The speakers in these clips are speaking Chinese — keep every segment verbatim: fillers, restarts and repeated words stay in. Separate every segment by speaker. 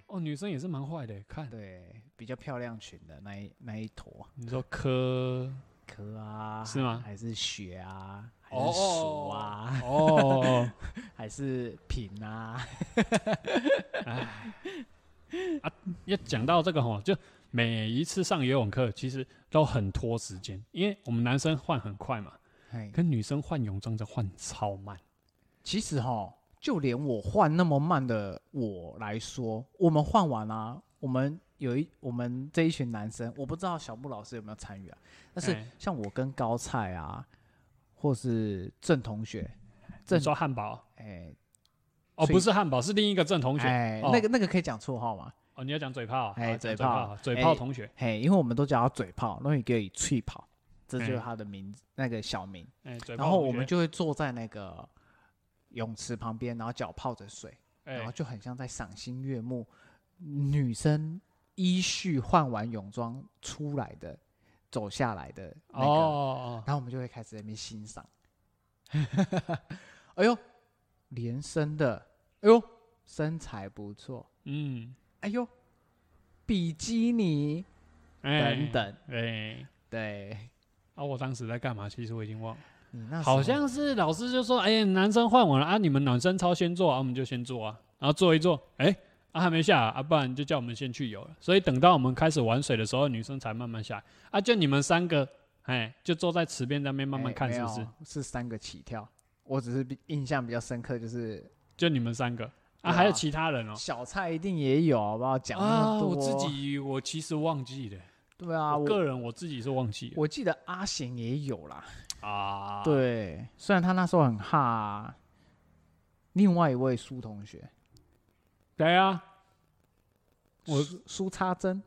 Speaker 1: 哦，女生也是蛮坏的，看，
Speaker 2: 对，比较漂亮裙的那一那一坨，
Speaker 1: 你说科
Speaker 2: 壳啊，
Speaker 1: 是吗？
Speaker 2: 还是雪啊，还是鼠啊，
Speaker 1: 哦哦哦，
Speaker 2: 还是品啊？
Speaker 1: 哎啊，要讲到这个吼，就每一次上游泳课其实都很拖时间，因为我们男生换很快嘛，跟女生换泳装就换超慢。
Speaker 2: 其实哈，就连我换那么慢的我来说，我们换完啊，我们有一我们这一群男生，我不知道小布老师有没有参与啊？但是像我跟高菜啊，或是郑同学，
Speaker 1: 郑说汉堡，
Speaker 2: 哎、欸，
Speaker 1: 哦，不是汉堡，是另一个郑同学，哎、
Speaker 2: 欸哦，那个那个可以讲绰号吗？
Speaker 1: 哦，你要讲嘴炮，
Speaker 2: 哎、欸，
Speaker 1: 嘴
Speaker 2: 炮，
Speaker 1: 嘴炮同学，
Speaker 2: 嘿、欸，因为我们都叫他嘴炮，那你可以脆跑，这就是他的名字，欸、那个小名。
Speaker 1: 哎、欸，
Speaker 2: 然后我们就会坐在那个泳池旁边，然后脚泡着水，
Speaker 1: 欸、
Speaker 2: 然后就很像在赏心悦目。女生依序换完泳装出来的，走下来的那个，哦、然后我们就会开始在那边欣赏。哎呦，连身的，哎呦，身材不错，嗯，哎呦，比基尼、欸、等等，
Speaker 1: 哎、欸，
Speaker 2: 对。
Speaker 1: 啊，我当时在干嘛？其实我已经忘了。
Speaker 2: 你那
Speaker 1: 好像是老师就说：“哎、欸，男生换完了啊，你们男生超先做啊，我们就先做啊。”然后做一做，哎、欸，啊还没下啊，不然就叫我们先去游了。所以等到我们开始玩水的时候，女生才慢慢下来。啊，就你们三个，哎，就坐在池边那边慢慢看，是不是？
Speaker 2: 欸、是三个起跳。我只是印象比较深刻，就是
Speaker 1: 就你们三个啊，啊还有其他人哦、喔。
Speaker 2: 小蔡一定也有，好不好？讲那么多、
Speaker 1: 啊，我自己我其实忘记了。
Speaker 2: 对啊，
Speaker 1: 我个人我自己是忘记了。
Speaker 2: 我记得阿贤也有啦。
Speaker 1: 啊，
Speaker 2: 对，虽然他那时候很哈、啊。另外一位苏同学，
Speaker 1: 对啊，
Speaker 2: 我苏插针。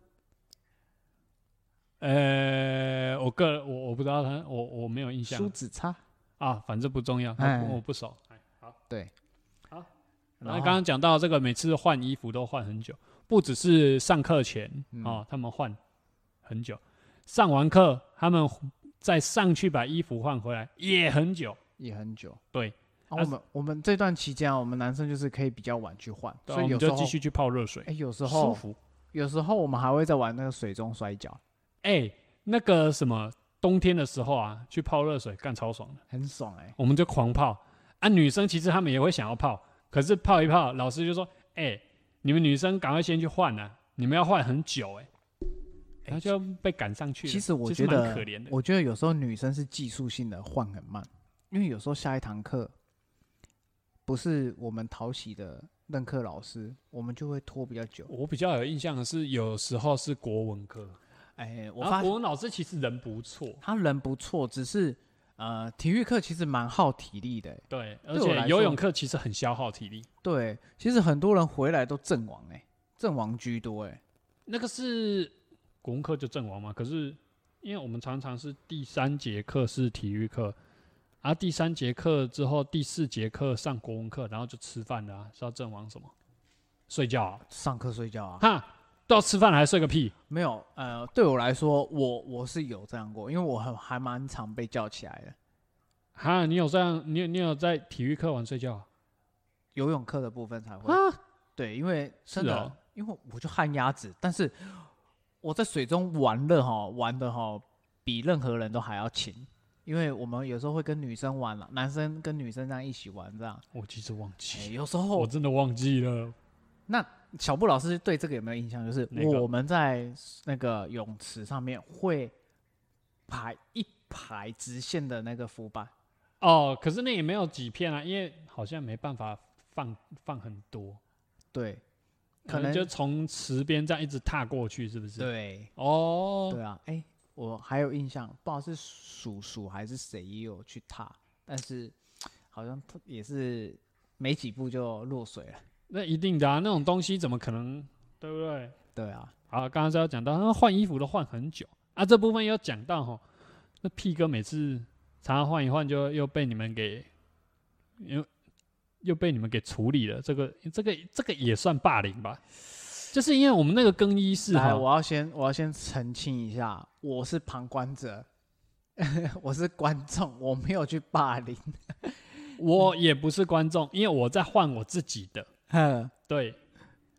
Speaker 1: 呃，我个人我我不知道他，我我没有印象。
Speaker 2: 苏子插
Speaker 1: 啊，反正不重要，我不熟。好，
Speaker 2: 对，
Speaker 1: 好。然后刚刚讲到这个，每次换衣服都换很久，不只是上课前、嗯哦、他们换很久，上完课他们再上去把衣服换回来也很久，
Speaker 2: 也很久。
Speaker 1: 对，
Speaker 2: 啊、我们我们这段期间啊，我们男生就是可以比较晚去换，所以有时候
Speaker 1: 就继续去泡热水。
Speaker 2: 哎、欸，有时候
Speaker 1: 舒服。
Speaker 2: 有时候我们还会在玩那个水中摔跤。
Speaker 1: 哎、欸，那个什么，冬天的时候啊，去泡热水干超爽的，
Speaker 2: 很爽哎、欸。
Speaker 1: 我们就狂泡啊，女生其实她们也会想要泡，可是泡一泡，老师就说：“哎、欸，你们女生赶快先去换啊，你们要换很久哎、欸。”然后就被赶上去了。
Speaker 2: 其实我觉得，
Speaker 1: 可怜的。
Speaker 2: 我觉得有时候女生是技术性的换很慢，因为有时候下一堂课不是我们讨喜的任课老师，我们就会拖比较久。
Speaker 1: 我比较有印象的是，有时候是国文课，
Speaker 2: 哎、欸，我发现
Speaker 1: 国文老师其实人不错，
Speaker 2: 他人不错，只是呃，体育课其实蛮耗体力的、欸。
Speaker 1: 对，而且游泳课其实很消耗体力。
Speaker 2: 对，其实很多人回来都阵亡哎、欸，阵亡居多哎、欸。
Speaker 1: 那个是。国文课就阵亡嘛，可是因为我们常常是第三节课是体育课，啊，第三节课之后第四节课上国文课，然后就吃饭了啊，是要阵亡什么？睡觉啊？
Speaker 2: 上课睡觉啊？
Speaker 1: 哈，都要吃饭了还睡个屁？
Speaker 2: 没有，呃，对我来说，我我是有这样过，因为我很还蛮常被叫起来的。
Speaker 1: 哈，你有这样？你你有在体育课晚睡觉、啊？
Speaker 2: 游泳课的部分才会。
Speaker 1: 啊？
Speaker 2: 对，因为真的，
Speaker 1: 哦、
Speaker 2: 因为我就旱鸭子，但是。我在水中玩乐哈，玩的哈比任何人都还要勤，因为我们有时候会跟女生玩了，男生跟女生这样一起玩这样。
Speaker 1: 我其实忘记、
Speaker 2: 欸，有时候
Speaker 1: 我真的忘记了。
Speaker 2: 那小布老师对这个有没有印象？就是我们在那个泳池上面会排一排直线的那个浮板。
Speaker 1: 哦，可是那也没有几片啊，因为好像没办法放放很多。
Speaker 2: 对。
Speaker 1: 可能就从池边这样一直踏过去，是不是？
Speaker 2: 对，
Speaker 1: 哦，
Speaker 2: 对啊，哎、欸，我还有印象，不知道是叔叔还是谁也有去踏，但是好像也是没几步就落水了。
Speaker 1: 那一定的啊，那种东西怎么可能，对不对？
Speaker 2: 对啊。
Speaker 1: 好，刚刚是要讲到，他换衣服都换很久啊，这部分有讲到哈，那屁哥每次常常换一换，就又被你们给，又。又被你们给处理了，这个这个这个也算霸凌吧？就是因为我们那个更衣室哈，
Speaker 2: 我要先我要先澄清一下，我是旁观者，我是观众，我没有去霸凌，
Speaker 1: 我也不是观众，因为我在换我自己的，对，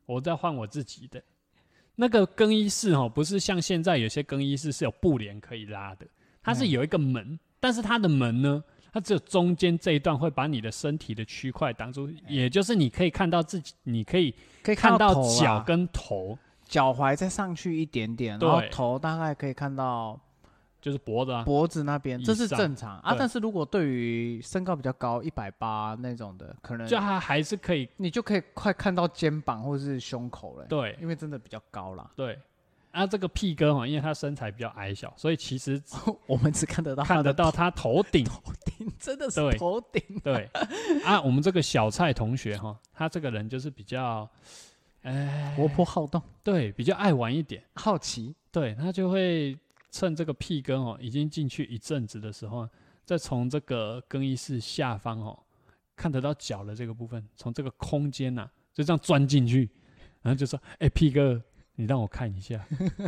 Speaker 1: 我再换我自己的。那个更衣室哦，不是像现在有些更衣室是有布帘可以拉的，它是有一个门，嗯、但是它的门呢，它只有中间这一段会把你的身体的区块挡住，也就是你可以看到自己，你可以
Speaker 2: 可以
Speaker 1: 看到
Speaker 2: 到
Speaker 1: 脚跟头，
Speaker 2: 脚踝再上去一点点，然后头大概可以看到。
Speaker 1: 就是脖子啊，
Speaker 2: 脖子那边，这是正常啊。
Speaker 1: 对
Speaker 2: 但是如果对于身高比较高，一百八那种的，可能
Speaker 1: 就它还是可以，
Speaker 2: 你就可以快看到肩膀或是胸口了。
Speaker 1: 对，
Speaker 2: 因为真的比较高啦。
Speaker 1: 对，啊，这个屁哥哈，因为他身材比较矮小，所以其实
Speaker 2: 我们只看得到
Speaker 1: 看得到他头顶，
Speaker 2: 头顶真的是头顶。
Speaker 1: 对，啊，我们这个小蔡同学哈，他这个人就是比较，哎，
Speaker 2: 活泼好动，
Speaker 1: 对，比较爱玩一点，
Speaker 2: 好奇，
Speaker 1: 对他就会。趁这个屁哥哦已经进去一阵子的时候，再从这个更衣室下方哦看得到脚的这个部分，从这个空间呐、啊、就这样钻进去，然后就说：“哎、欸，屁哥，你让我看一下。”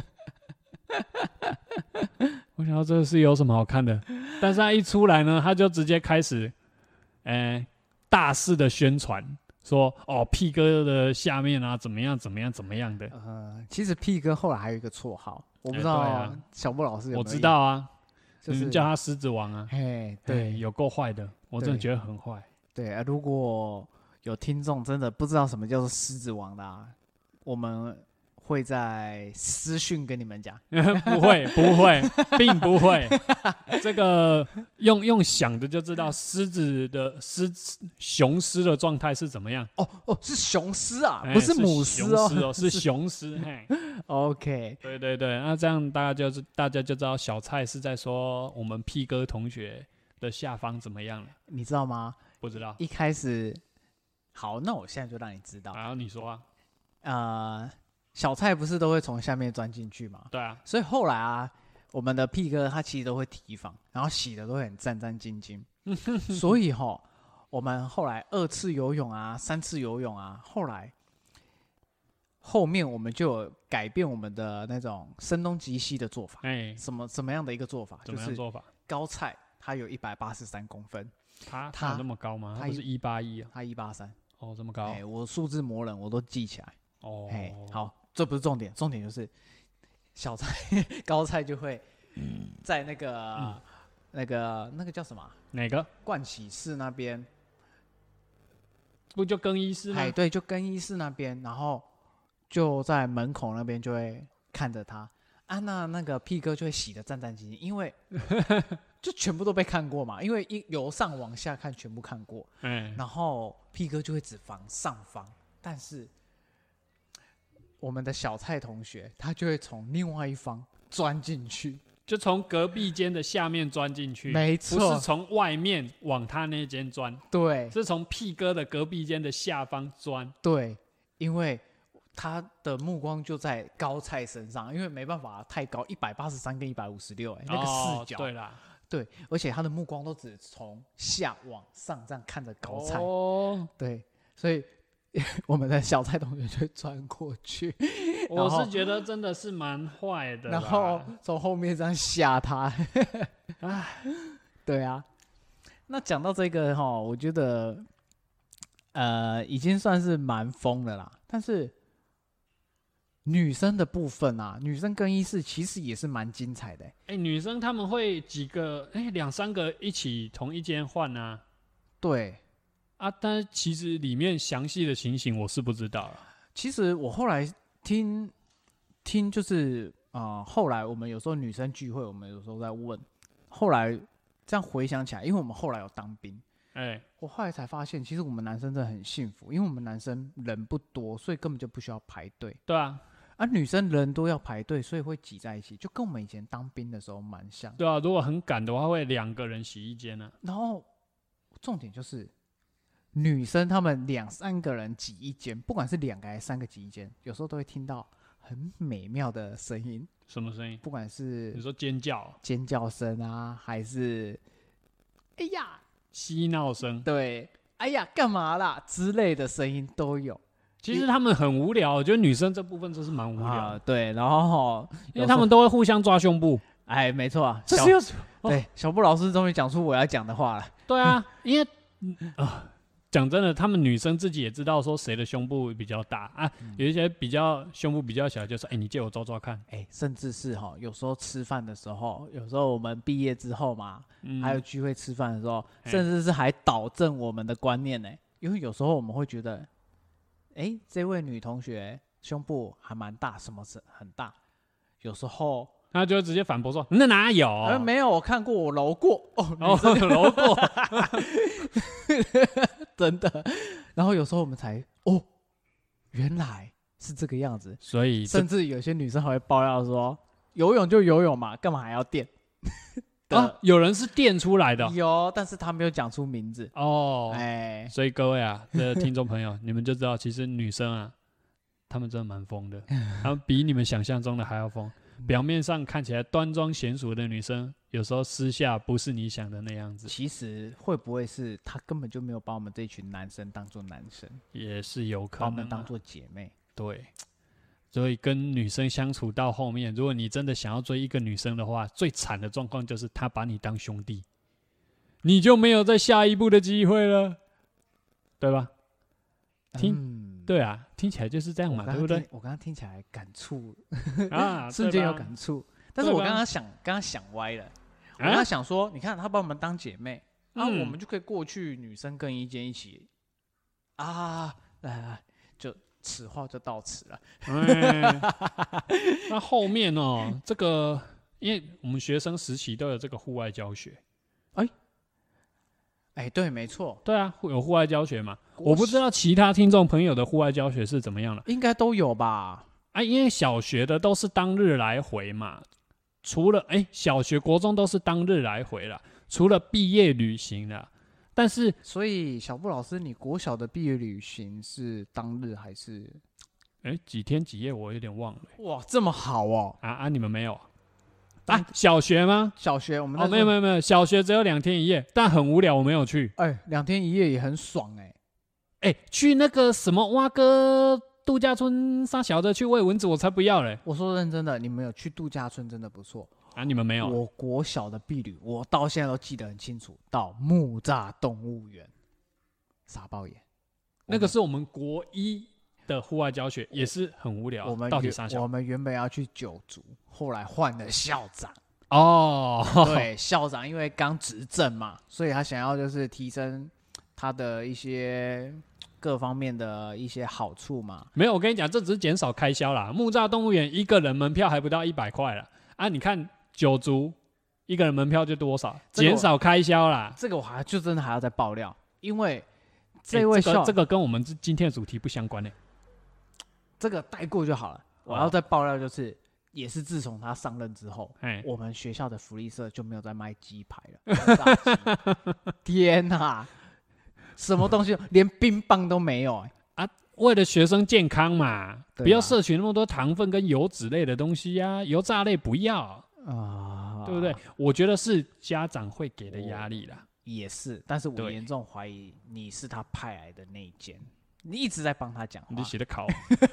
Speaker 1: 我想到这是有什么好看的，但是他一出来呢，他就直接开始，哎、欸，大肆的宣传。说哦，屁哥的下面啊，怎么样，怎么样，怎么样的？
Speaker 2: 呃，其实屁哥后来还有一个绰号，我不知道、
Speaker 1: 欸啊、
Speaker 2: 小布老师有没有？
Speaker 1: 我知道啊，
Speaker 2: 就是
Speaker 1: 叫他狮子王啊。
Speaker 2: 嘿，
Speaker 1: 对，欸、有够坏的，我真的觉得很坏。
Speaker 2: 对啊，如果有听众真的不知道什么叫做狮子王的、啊，我们会在私讯跟你们讲。
Speaker 1: 不会，不会，并不会。这个用用想的就知道狮子的狮雄狮的状态是怎么样。
Speaker 2: 哦哦，是雄狮啊，
Speaker 1: 欸、
Speaker 2: 不是母狮哦，
Speaker 1: 是哦，是雄狮。嘿
Speaker 2: ，OK，
Speaker 1: 对对对，那这样大家就是大家就知道小蔡是在说我们屁哥同学的下方怎么样了。
Speaker 2: 你知道吗？
Speaker 1: 不知道。
Speaker 2: 一开始，好，那我现在就让你知道。
Speaker 1: 然后你说啊，
Speaker 2: 呃。小蔡不是都会从下面钻进去嘛？
Speaker 1: 对啊，
Speaker 2: 所以后来啊，我们的屁哥他其实都会提防，然后洗的都会很战战兢兢。所以哈，我们后来二次游泳啊，三次游泳啊，后来后面我们就有改变我们的那种声东击西的做法。哎、欸，什么什么样的一个做法？
Speaker 1: 怎么样做法？
Speaker 2: 就是高蔡他有一百八十三公分，
Speaker 1: 他他有那么高吗？他不是一八一啊？
Speaker 2: 他一八三。
Speaker 1: 哦，这么高？
Speaker 2: 哎、欸，我数字魔人我都记起来。
Speaker 1: 哦，
Speaker 2: 哎、欸，好。这不是重点，重点就是小蔡高蔡就会在那个、嗯、那个那个叫什么？
Speaker 1: 哪个？
Speaker 2: 盥洗室那边，
Speaker 1: 不就更衣室吗？
Speaker 2: 哎，对，就更衣室那边，然后就在门口那边就会看着他。啊，那那个屁哥就会洗得战战兢兢，因为就全部都被看过嘛，因为一由上往下看全部看过，嗯，然后屁哥就会只防上方，但是。我们的小蔡同学，他就会从另外一方钻进去，
Speaker 1: 就从隔壁间的下面钻进去，
Speaker 2: 没错，
Speaker 1: 不是从外面往他那间钻，
Speaker 2: 对，
Speaker 1: 是从屁哥的隔壁间的下方钻，
Speaker 2: 对，因为他的目光就在高蔡身上，因为没办法太高，一百八十三跟一百五十六，哎，那个视角，
Speaker 1: 哦、对啦，
Speaker 2: 对，而且他的目光都只从下往上这样看着高蔡，
Speaker 1: 哦，
Speaker 2: 对，所以。我们的小蔡同学就钻过去，
Speaker 1: 我是觉得真的是蛮坏的，
Speaker 2: 然后从后面这样吓他，
Speaker 1: 哎，
Speaker 2: 对啊。那讲到这个哈，我觉得呃已经算是蛮疯的啦。但是女生的部分啊，女生更衣室其实也是蛮精彩的、欸。
Speaker 1: 哎、欸，女生他们会几个哎两三个一起同一间换啊？
Speaker 2: 对。
Speaker 1: 啊，但是其实里面详细的情形我是不知道了。
Speaker 2: 其实我后来听听就是啊、呃，后来我们有时候女生聚会，我们有时候在问，后来这样回想起来，因为我们后来有当兵，哎、欸，我后来才发现，其实我们男生真的很幸福，因为我们男生人不多，所以根本就不需要排队。
Speaker 1: 对啊，
Speaker 2: 啊，女生人多要排队，所以会挤在一起，就跟我们以前当兵的时候蛮像。
Speaker 1: 对啊，如果很赶的话，会两个人洗一间呢、啊。
Speaker 2: 然后重点就是。女生她们两三个人挤一间，不管是两个还是三个挤一间，有时候都会听到很美妙的声音。
Speaker 1: 什么声音？
Speaker 2: 不管是
Speaker 1: 你说尖叫、
Speaker 2: 尖叫声啊，还是哎呀
Speaker 1: 嬉闹声，
Speaker 2: 对，哎呀干嘛啦之类的声音都有。
Speaker 1: 其实他们很无聊，我觉得女生这部分就是蛮无聊的、
Speaker 2: 啊。对，然后
Speaker 1: 因为他们都会互相抓胸部。
Speaker 2: 哎，没错啊，
Speaker 1: 这是有什么？
Speaker 2: 对，小布老师终于讲出我要讲的话了。
Speaker 1: 对啊，因为啊。 讲真的，他们女生自己也知道说谁的胸部比较大啊，嗯、有一些比较胸部比较小，就说：“哎、欸，你借我抓抓看。欸”
Speaker 2: 哎，甚至是哈，有时候吃饭的时候，有时候我们毕业之后嘛，嗯、还有聚会吃饭的时候，甚至是还导正我们的观念呢。因为有时候我们会觉得，哎、欸，这位女同学胸部还蛮大，什么是很大？有时候。
Speaker 1: 他就直接反驳说：“那哪有？
Speaker 2: 呃，没有，我看过，我揉过哦，
Speaker 1: 哦，揉过，
Speaker 2: 真的。然后有时候我们才哦，原来是这个样子。
Speaker 1: 所以，
Speaker 2: 甚至有些女生还会爆料说，游泳就游泳嘛，干嘛还要垫？
Speaker 1: 啊，有人是垫出来的，
Speaker 2: 有，但是他没有讲出名字
Speaker 1: 哦。哎，所以各位啊，这听众朋友，你们就知道，其实女生啊，她们真的蛮疯的，她们比你们想象中的还要疯。表面上看起来端庄娴熟的女生，有时候私下不是你想的那样子。
Speaker 2: 其实会不会是她根本就没有把我们这群男生当作男生，
Speaker 1: 也是有可能、啊，
Speaker 2: 把我们当作姐妹。
Speaker 1: 对，所以跟女生相处到后面，如果你真的想要追一个女生的话，最惨的状况就是她把你当兄弟，你就没有再下一步的机会了，对吧？听。嗯对啊，听起来就是这样嘛，对不对？
Speaker 2: 我刚刚听起来感触
Speaker 1: 啊，
Speaker 2: 瞬间有感触。但是我刚刚想，刚刚想歪了。我刚刚想说，你看他把我们当姐妹，啊，我们就可以过去女生更衣间一起啊，来来，就此话就到此了。
Speaker 1: 那后面哦，这个因为我们学生时期都有这个户外教学，
Speaker 2: 哎。哎，对，没错，
Speaker 1: 对啊，有户外教学嘛？我不知道其他听众朋友的户外教学是怎么样的，
Speaker 2: 应该都有吧？
Speaker 1: 啊，因为小学的都是当日来回嘛，除了哎，小学、国中都是当日来回啦，除了毕业旅行啦。但是，
Speaker 2: 所以小布老师，你国小的毕业旅行是当日还是？
Speaker 1: 哎，几天几夜我有点忘了。
Speaker 2: 哇，这么好哦！
Speaker 1: 啊啊，你们没有？啊，小学吗？
Speaker 2: 小学我们
Speaker 1: 哦，没有没有没有，小学只有两天一夜，但很无聊，我没有去。
Speaker 2: 哎、欸，两天一夜也很爽哎、
Speaker 1: 欸，哎、欸，去那个什么蛙哥度假村杀小的去喂蚊子，我才不要嘞！
Speaker 2: 我说认真的，你们有去度假村真的不错
Speaker 1: 啊，你们没有？
Speaker 2: 我国小的毕旅，我到现在都记得很清楚，到木栅动物园，傻爆眼。
Speaker 1: 那个是我们国一的户外教学，也是很无聊。
Speaker 2: 我们
Speaker 1: 到底杀小？
Speaker 2: 我们原本要去九族。后来换了校长
Speaker 1: 哦，
Speaker 2: 对，校长因为刚执政嘛，所以他想要就是提升他的一些各方面的一些好处嘛。
Speaker 1: 没有，我跟你讲，这只是减少开销啦。木栅动物园一个人门票还不到一百块啦，啊，你看九族一个人门票就多少，减、這個、少开销啦。
Speaker 2: 这个我还就真的还要再爆料，因为这位校、欸
Speaker 1: 這個、这个跟我们今天的主题不相关呢、欸，
Speaker 2: 这个带过就好了。我要再爆料就是。哦也是自从他上任之后，我们学校的福利社就没有再卖鸡排了。天哪，什么东西连冰棒都没有、欸、
Speaker 1: 啊！为了学生健康嘛，不要摄取那么多糖分跟油脂类的东西呀、啊，油炸类不要啊，对不对？我觉得是家长会给的压力啦。
Speaker 2: 也是，但是我严重怀疑你是他派来的那一间。你一直在帮他讲话，
Speaker 1: 你写的考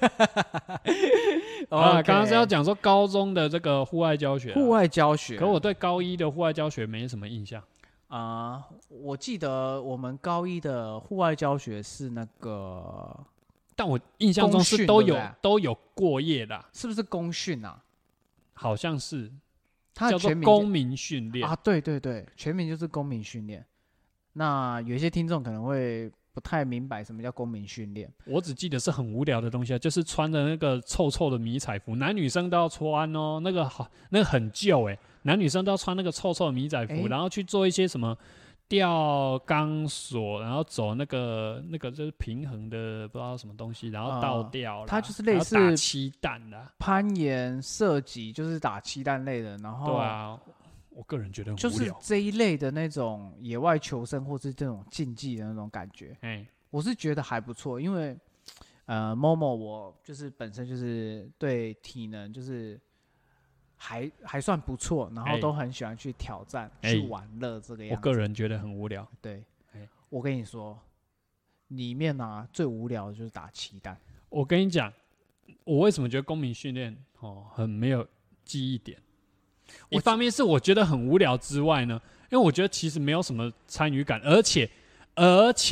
Speaker 1: 啊！刚刚是要讲说高中的这个户外教学、啊，
Speaker 2: 户外教学。
Speaker 1: 可我对高一的户外教学没什么印象
Speaker 2: 啊、呃。我记得我们高一的户外教学是那个，
Speaker 1: 但我印象中是都有对对都有过夜的、啊，
Speaker 2: 是不是公训啊？
Speaker 1: 好像是，
Speaker 2: 它
Speaker 1: 叫做公民训练
Speaker 2: 啊。对对对，全名就是公民训练。那有些听众可能会。不太明白什么叫公民训练，
Speaker 1: 我只记得是很无聊的东西啊，就是穿的那个臭臭的迷彩服，男女生都要穿哦，那个好，那个很旧哎，男女生都要穿那个臭臭的迷彩服，欸、然后去做一些什么吊钢索，然后走那个那个就是平衡的不知道什么东西，然后倒吊、呃，
Speaker 2: 它就是类似
Speaker 1: 打气弹的
Speaker 2: 攀岩、射击，就是打气弹类的，然后
Speaker 1: 对啊。我个人觉得很无聊，
Speaker 2: 就是这一类的那种野外求生或是这种竞技的那种感觉，
Speaker 1: 欸、
Speaker 2: 我是觉得还不错，因为呃，Momo 我就是本身就是对体能就是还还算不错，然后都很喜欢去挑战、欸、去玩乐这个样子。
Speaker 1: 我个人觉得很无聊。
Speaker 2: 对，
Speaker 1: 欸、
Speaker 2: 我跟你说，里面啊最无聊的就是打气弹。
Speaker 1: 我跟你讲，我为什么觉得公民训练哦很没有记忆点？一方面是我觉得很无聊之外呢，因为我觉得其实没有什么参与感，而且而且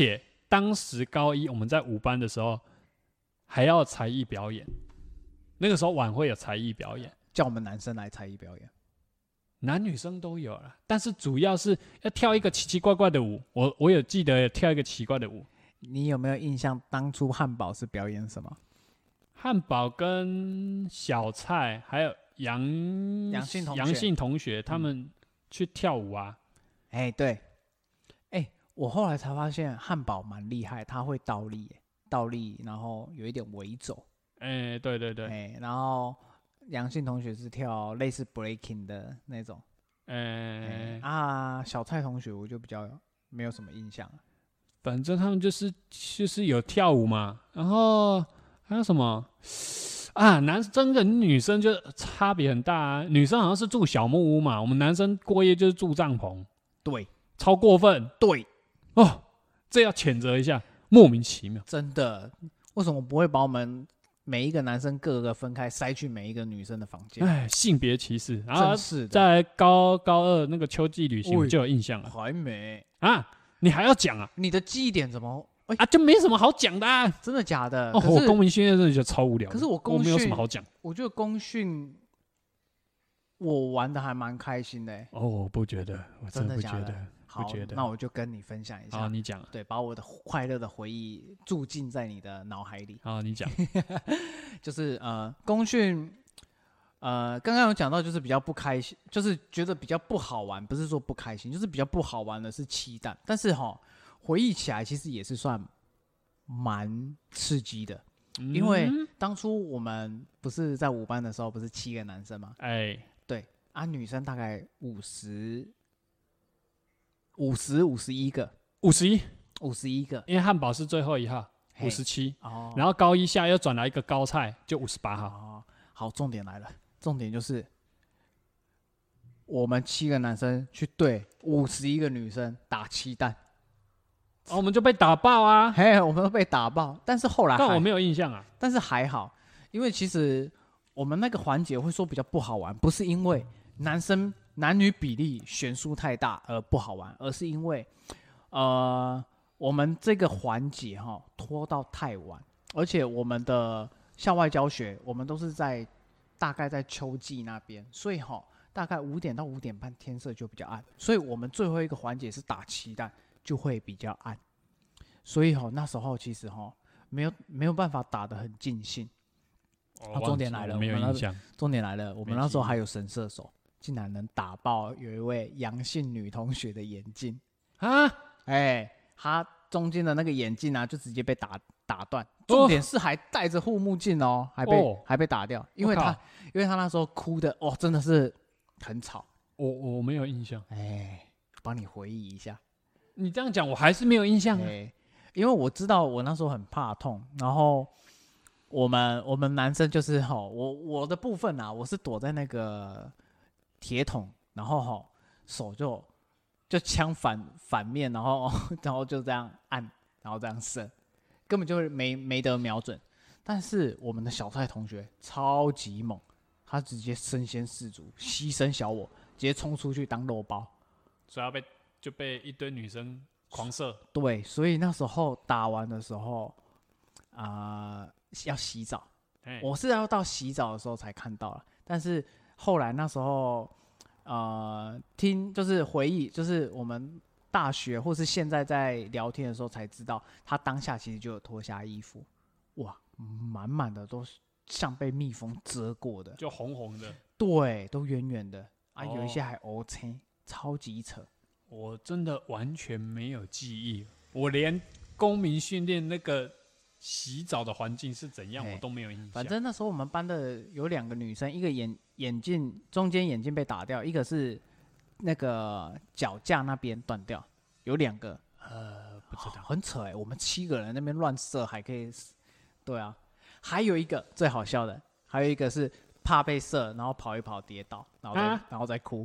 Speaker 1: 当时高一我们在五班的时候还要才艺表演，那个时候晚会有才艺表演，
Speaker 2: 叫我们男生来才艺表演，
Speaker 1: 男女生都有了，但是主要是要跳一个奇奇怪怪的舞。我我有记得有跳一个奇怪的舞。
Speaker 2: 你有没有印象？当初汉堡是表演什么？
Speaker 1: 汉堡跟小蔡还有杨
Speaker 2: 杨信同学
Speaker 1: 杨信同学他们去跳舞啊。
Speaker 2: 哎、欸，对，哎、欸，我后来才发现汉堡蛮厉害，他会倒立，倒立，然后有一点围走。
Speaker 1: 哎、欸，对对对。
Speaker 2: 哎、欸，然后杨信同学是跳类似 breaking 的那种。哎、欸欸、啊，小蔡同学我就比较没有什么印象了。
Speaker 1: 反正他们就是就是有跳舞嘛，然后还有什么啊？男生跟女生就差别很大啊。女生好像是住小木屋嘛，我们男生过夜就是住帐篷。
Speaker 2: 对，
Speaker 1: 超过分。
Speaker 2: 对，
Speaker 1: 哦，这要谴责一下，莫名其妙。
Speaker 2: 真的，为什么不会把我们每一个男生各个分开塞去每一个女生的房间？
Speaker 1: 哎，性别歧视。然后
Speaker 2: 是
Speaker 1: 在高高二那个秋季旅行我就有印象了。
Speaker 2: 还没
Speaker 1: 啊？你还要讲啊？
Speaker 2: 你的记忆点怎么？
Speaker 1: 欸、啊，就没什么好讲的、啊。
Speaker 2: 真的假的？
Speaker 1: 哦，我公民训练真的觉得超无聊。
Speaker 2: 可是我公
Speaker 1: 我没有什么好讲。
Speaker 2: 我觉得公训我玩的还蛮开心的、欸。
Speaker 1: 哦，我不觉得，我真的不觉得。
Speaker 2: 好，
Speaker 1: 不觉得。
Speaker 2: 那我就跟你分享一下。
Speaker 1: 好，你讲。
Speaker 2: 对，把我的快乐的回忆注进在你的脑海里。
Speaker 1: 好，你讲。
Speaker 2: 就是呃，公训。呃，刚刚有讲到，就是比较不开心，就是觉得比较不好玩，不是说不开心，就是比较不好玩的是漆弹。但是哈，回忆起来其实也是算蛮刺激的，嗯、因为当初我们不是在五班的时候，不是七个男生吗？
Speaker 1: 哎、欸，
Speaker 2: 对啊，女生大概五十、五十、五十一个，
Speaker 1: 五十一，
Speaker 2: 五十一个，
Speaker 1: 因为汉堡是最后一号，五十七，
Speaker 2: 哦，
Speaker 1: 然后高一下又转来一个高菜，就五十八号。
Speaker 2: 哦，好，重点来了。重点就是我们七个男生去对五十一个女生打七弹、
Speaker 1: 哦，我们就被打爆啊！
Speaker 2: 嘿，我们都被打爆。但是后来，
Speaker 1: 但我没有印象啊。
Speaker 2: 但是还好，因为其实我们那个环节会说比较不好玩，不是因为男生男女比例悬殊太大而不好玩，而是因为呃我们这个环节哈拖到太晚，而且我们的校外教学我们都是在。大概在秋季那边，所以哈，大概五点到五点半天色就比较暗，所以我们最后一个环节是打漆弹，就会比较暗，所以哈那时候其实哈没有没有办法打得很尽兴。
Speaker 1: 哦、
Speaker 2: 啊，重点来了，
Speaker 1: 没有印象。
Speaker 2: 重点来了，我们那时候还有神射手，竟然能打爆有一位阳性女同学的眼镜
Speaker 1: 啊！
Speaker 2: 哎、欸，她中间的那个眼镜啊，就直接被打。打断，重点是还戴着护目镜哦，还被、哦、还被打掉，因为他因为他那时候哭的哦，真的是很吵。
Speaker 1: 我我没有印象，
Speaker 2: 哎，帮你回忆一下。
Speaker 1: 你这样讲，我还是没有印象啊。
Speaker 2: 因为我知道我那时候很怕痛，然后我们我们男生就是哈，我我的部分啊，我是躲在那个铁桶，然后哈手就就枪反反面，然后然后就这样按，然后这样射。根本就没没得瞄准，但是我们的小蔡同学超级猛，他直接身先士卒，牺牲小我，直接冲出去当肉包，
Speaker 1: 所以要被就被一堆女生狂射。
Speaker 2: 对，所以那时候打完的时候，啊、呃，要洗澡，我是要到洗澡的时候才看到了，但是后来那时候，呃，听就是回忆，就是我们。大学或是现在在聊天的时候才知道，他当下其实就有脱下衣服，哇，满满的都是像被蜜蜂蛰过的，
Speaker 1: 就红红的，
Speaker 2: 对，都圆圆的啊，哦、有一些还 O C， 超级扯。
Speaker 1: 我真的完全没有记忆，我连公民训练那个洗澡的环境是怎样，我都没有印象。
Speaker 2: 反正那时候我们班的有两个女生，一个眼眼镜中间眼镜被打掉，一个是。那个脚架那边断掉，有两个，
Speaker 1: 呃，不知道，
Speaker 2: 很扯哎、欸，我们七个人那边乱射还可以，对啊，还有一个最好笑的，还有一个是怕被射，然后跑一跑跌倒，然后再、啊、然后再哭，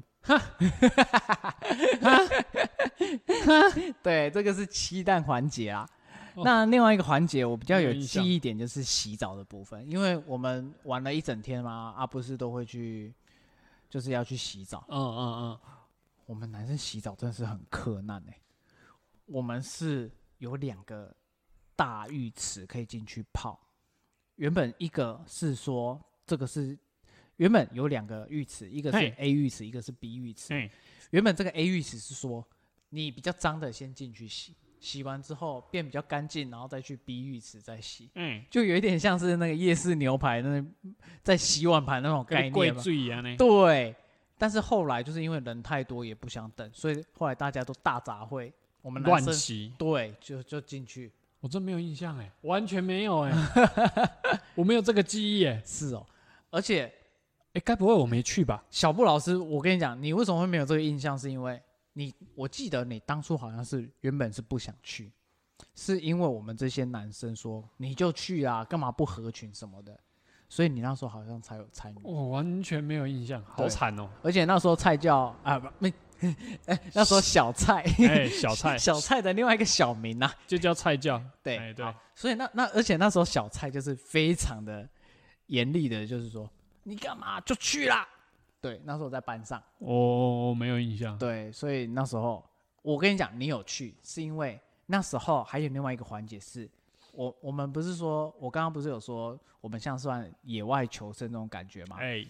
Speaker 2: 对，这个是漆弹环节啊。哦、那另外一个环节我比较有记忆点就是洗澡的部分，因为我们玩了一整天嘛，啊不是都会去，就是要去洗澡，
Speaker 1: 嗯嗯嗯。
Speaker 2: 我们男生洗澡真的是很克难哎、欸，我们是有两个大浴池可以进去泡。原本一个是说这个是原本有两个浴池，一个是 A 浴池，一个是 B 浴池。原本这个 A 浴池是说你比较脏的先进去洗，洗完之后变比较干净，然后再去 B 浴池再洗。嗯，就有一点像是那个夜市牛排那在洗碗盘那种概念嘛。对。但是后来就是因为人太多也不想等，所以后来大家都大杂烩，我们男生乱洗，对，就就进去。
Speaker 1: 我真没有印象哎，完全没有哎，我没有这个记忆哎。
Speaker 2: 是哦，而且，
Speaker 1: 哎，该不会我没去吧？
Speaker 2: 小布老师，我跟你讲，你为什么会没有这个印象？是因为你，我记得你当初好像是原本是不想去，是因为我们这些男生说你就去啊，干嘛不合群什么的，所以你那时候好像才有参与。
Speaker 1: 我完全没有印象，好惨哦！
Speaker 2: 而且那时候菜叫啊不没。哎，那时候小蔡，
Speaker 1: 哎，小蔡，
Speaker 2: 小蔡的另外一个小名啊，
Speaker 1: 就叫菜教。
Speaker 2: 对、
Speaker 1: 哎、对，
Speaker 2: 所以那那而且那时候小蔡就是非常的严厉的，就是说你干嘛就去啦。对，那时候在班上，
Speaker 1: 我、哦、没有印象。
Speaker 2: 对，所以那时候我跟你讲，你有去，是因为那时候还有另外一个环节是，我我们不是说，我刚刚不是有说，我们像算野外求生那种感觉吗？哎。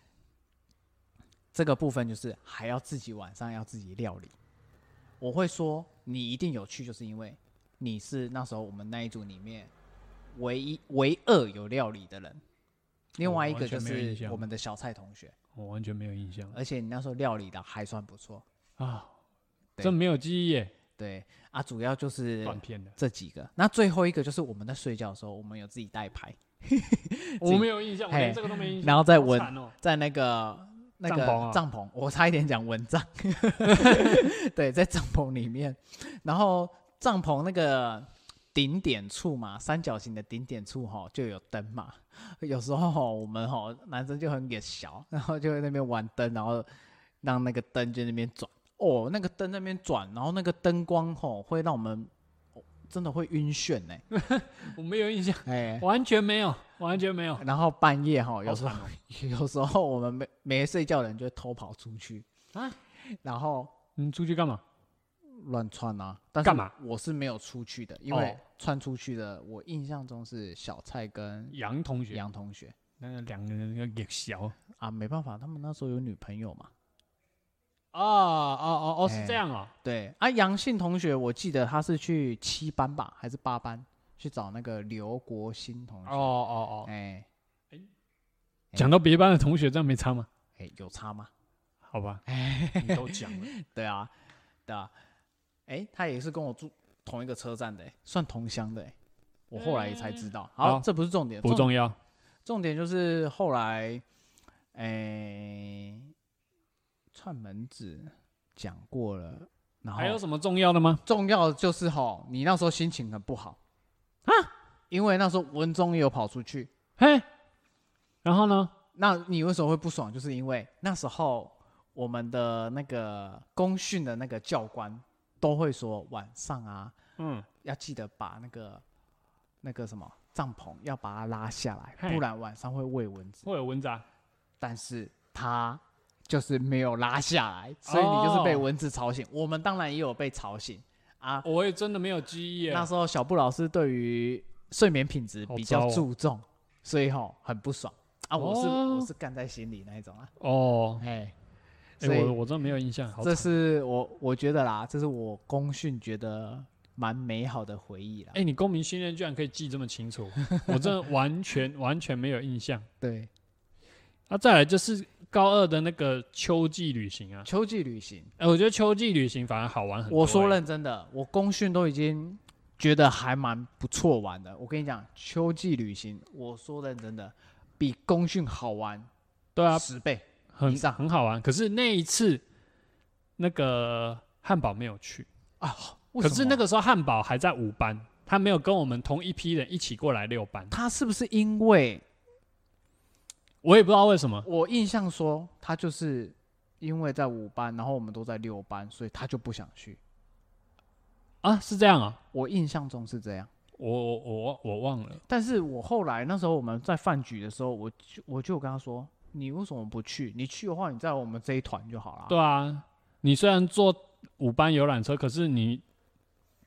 Speaker 2: 这个部分就是还要自己晚上要自己料理。我会说你一定有去，就是因为你是那时候我们那一组里面唯一唯二有料理的人。另外一个就是我们的小蔡同学，
Speaker 1: 我完全没有印象。
Speaker 2: 而且你那时候料理的还算不错啊，
Speaker 1: 真没有记忆耶。
Speaker 2: 对啊，主要就是
Speaker 1: 断片的
Speaker 2: 这几个。那最后一个就是我们在睡觉的时候，我们有自己带牌。
Speaker 1: 我没有印象，我连这个都没印象。
Speaker 2: 然后在蚊、
Speaker 1: 哦、
Speaker 2: 在那个。那个帐篷、啊，我差一点讲蚊帐。对，在帐篷里面，然后帐篷那个顶点处嘛，三角形的顶点处哈就有灯嘛。有时候我们哈男生就很给小，然后就在那边玩灯，然后让那个灯就在那边转。哦，那个灯在那边转，然后那个灯光吼会让我们。真的会晕眩呢、欸，
Speaker 1: 我没有印象，哎、欸，完全没有，完全没有。
Speaker 2: 然后半夜哈，有时候、喔、有时候我们没没睡觉的人就会偷跑出去啊，然后
Speaker 1: 你出去干嘛？
Speaker 2: 乱窜啊！但
Speaker 1: 干嘛？
Speaker 2: 我是没有出去的，因为窜出去的，我印象中是小蔡跟
Speaker 1: 杨同学，
Speaker 2: 杨同学
Speaker 1: 那个两个人那个也小
Speaker 2: 啊，没办法，他们那时候有女朋友嘛。
Speaker 1: 哦哦哦哦，是这样哦。
Speaker 2: 对啊，杨信同学，我记得他是去七班吧，还是八班去找那个刘国新同学。
Speaker 1: 哦哦哦，
Speaker 2: 哎
Speaker 1: 哎，讲到别班的同学，这样没差吗？
Speaker 2: 哎，有差吗？
Speaker 1: 好吧，你都讲了。
Speaker 2: 对啊，对啊。哎，他也是跟我住同一个车站的，算同乡的。我后来才知道。好，这不是重点，
Speaker 1: 不重要。
Speaker 2: 重点就是后来，哎。串门子讲过了，然后
Speaker 1: 还有什么重要的吗？
Speaker 2: 重要的就是吼，你那时候心情很不好啊，因为那时候文中也有跑出去，
Speaker 1: 嘿，然后呢？
Speaker 2: 那你为什么会不爽？就是因为那时候我们的那个公训的那个教官都会说晚上啊，嗯，要记得把那个那个什么帐篷要把它拉下来，不然晚上会喂蚊子，
Speaker 1: 会有蚊子啊。
Speaker 2: 但是他。就是没有拉下来，所以你就是被蚊子吵醒。Oh. 我们当然也有被吵醒啊。
Speaker 1: 我也真的没有记忆耶。
Speaker 2: 那时候小布老师对于睡眠品质比较注重，哦、所以吼很不爽啊。我是、oh. 我是干在心里那一种啊。
Speaker 1: 哦，哎，我我真的没有印象。
Speaker 2: 这是我我觉得啦，这是我公训觉得蛮美好的回忆啦。
Speaker 1: 哎，你公民训练居然可以记这么清楚，我真的完全完全没有印象。
Speaker 2: 对，
Speaker 1: 啊，再来就是高二的那个秋季旅行啊，
Speaker 2: 秋季旅行，
Speaker 1: 哎、欸，我觉得秋季旅行反而好玩很多、欸。
Speaker 2: 我说认真的，我公训都已经觉得还蛮不错玩的。我跟你讲，秋季旅行，我说认真的，比公训好玩，
Speaker 1: 对啊，
Speaker 2: 十倍
Speaker 1: 以上，很好玩。可是那一次，那个汉堡没有去啊，可是那个时候汉堡还在五班，他没有跟我们同一批人一起过来六班。
Speaker 2: 他是不是因为？
Speaker 1: 我也不知道为什么，
Speaker 2: 我印象说他就是因为在五班，然后我们都在六班，所以他就不想去。
Speaker 1: 啊，是这样啊？
Speaker 2: 我印象中是这样。
Speaker 1: 我我我我忘了。
Speaker 2: 但是我后来那时候我们在饭局的时候，我就我就跟他说：“你为什么不去？你去的话，你在我们这一团就好了。”
Speaker 1: 对啊，你虽然坐五班游览车，可是你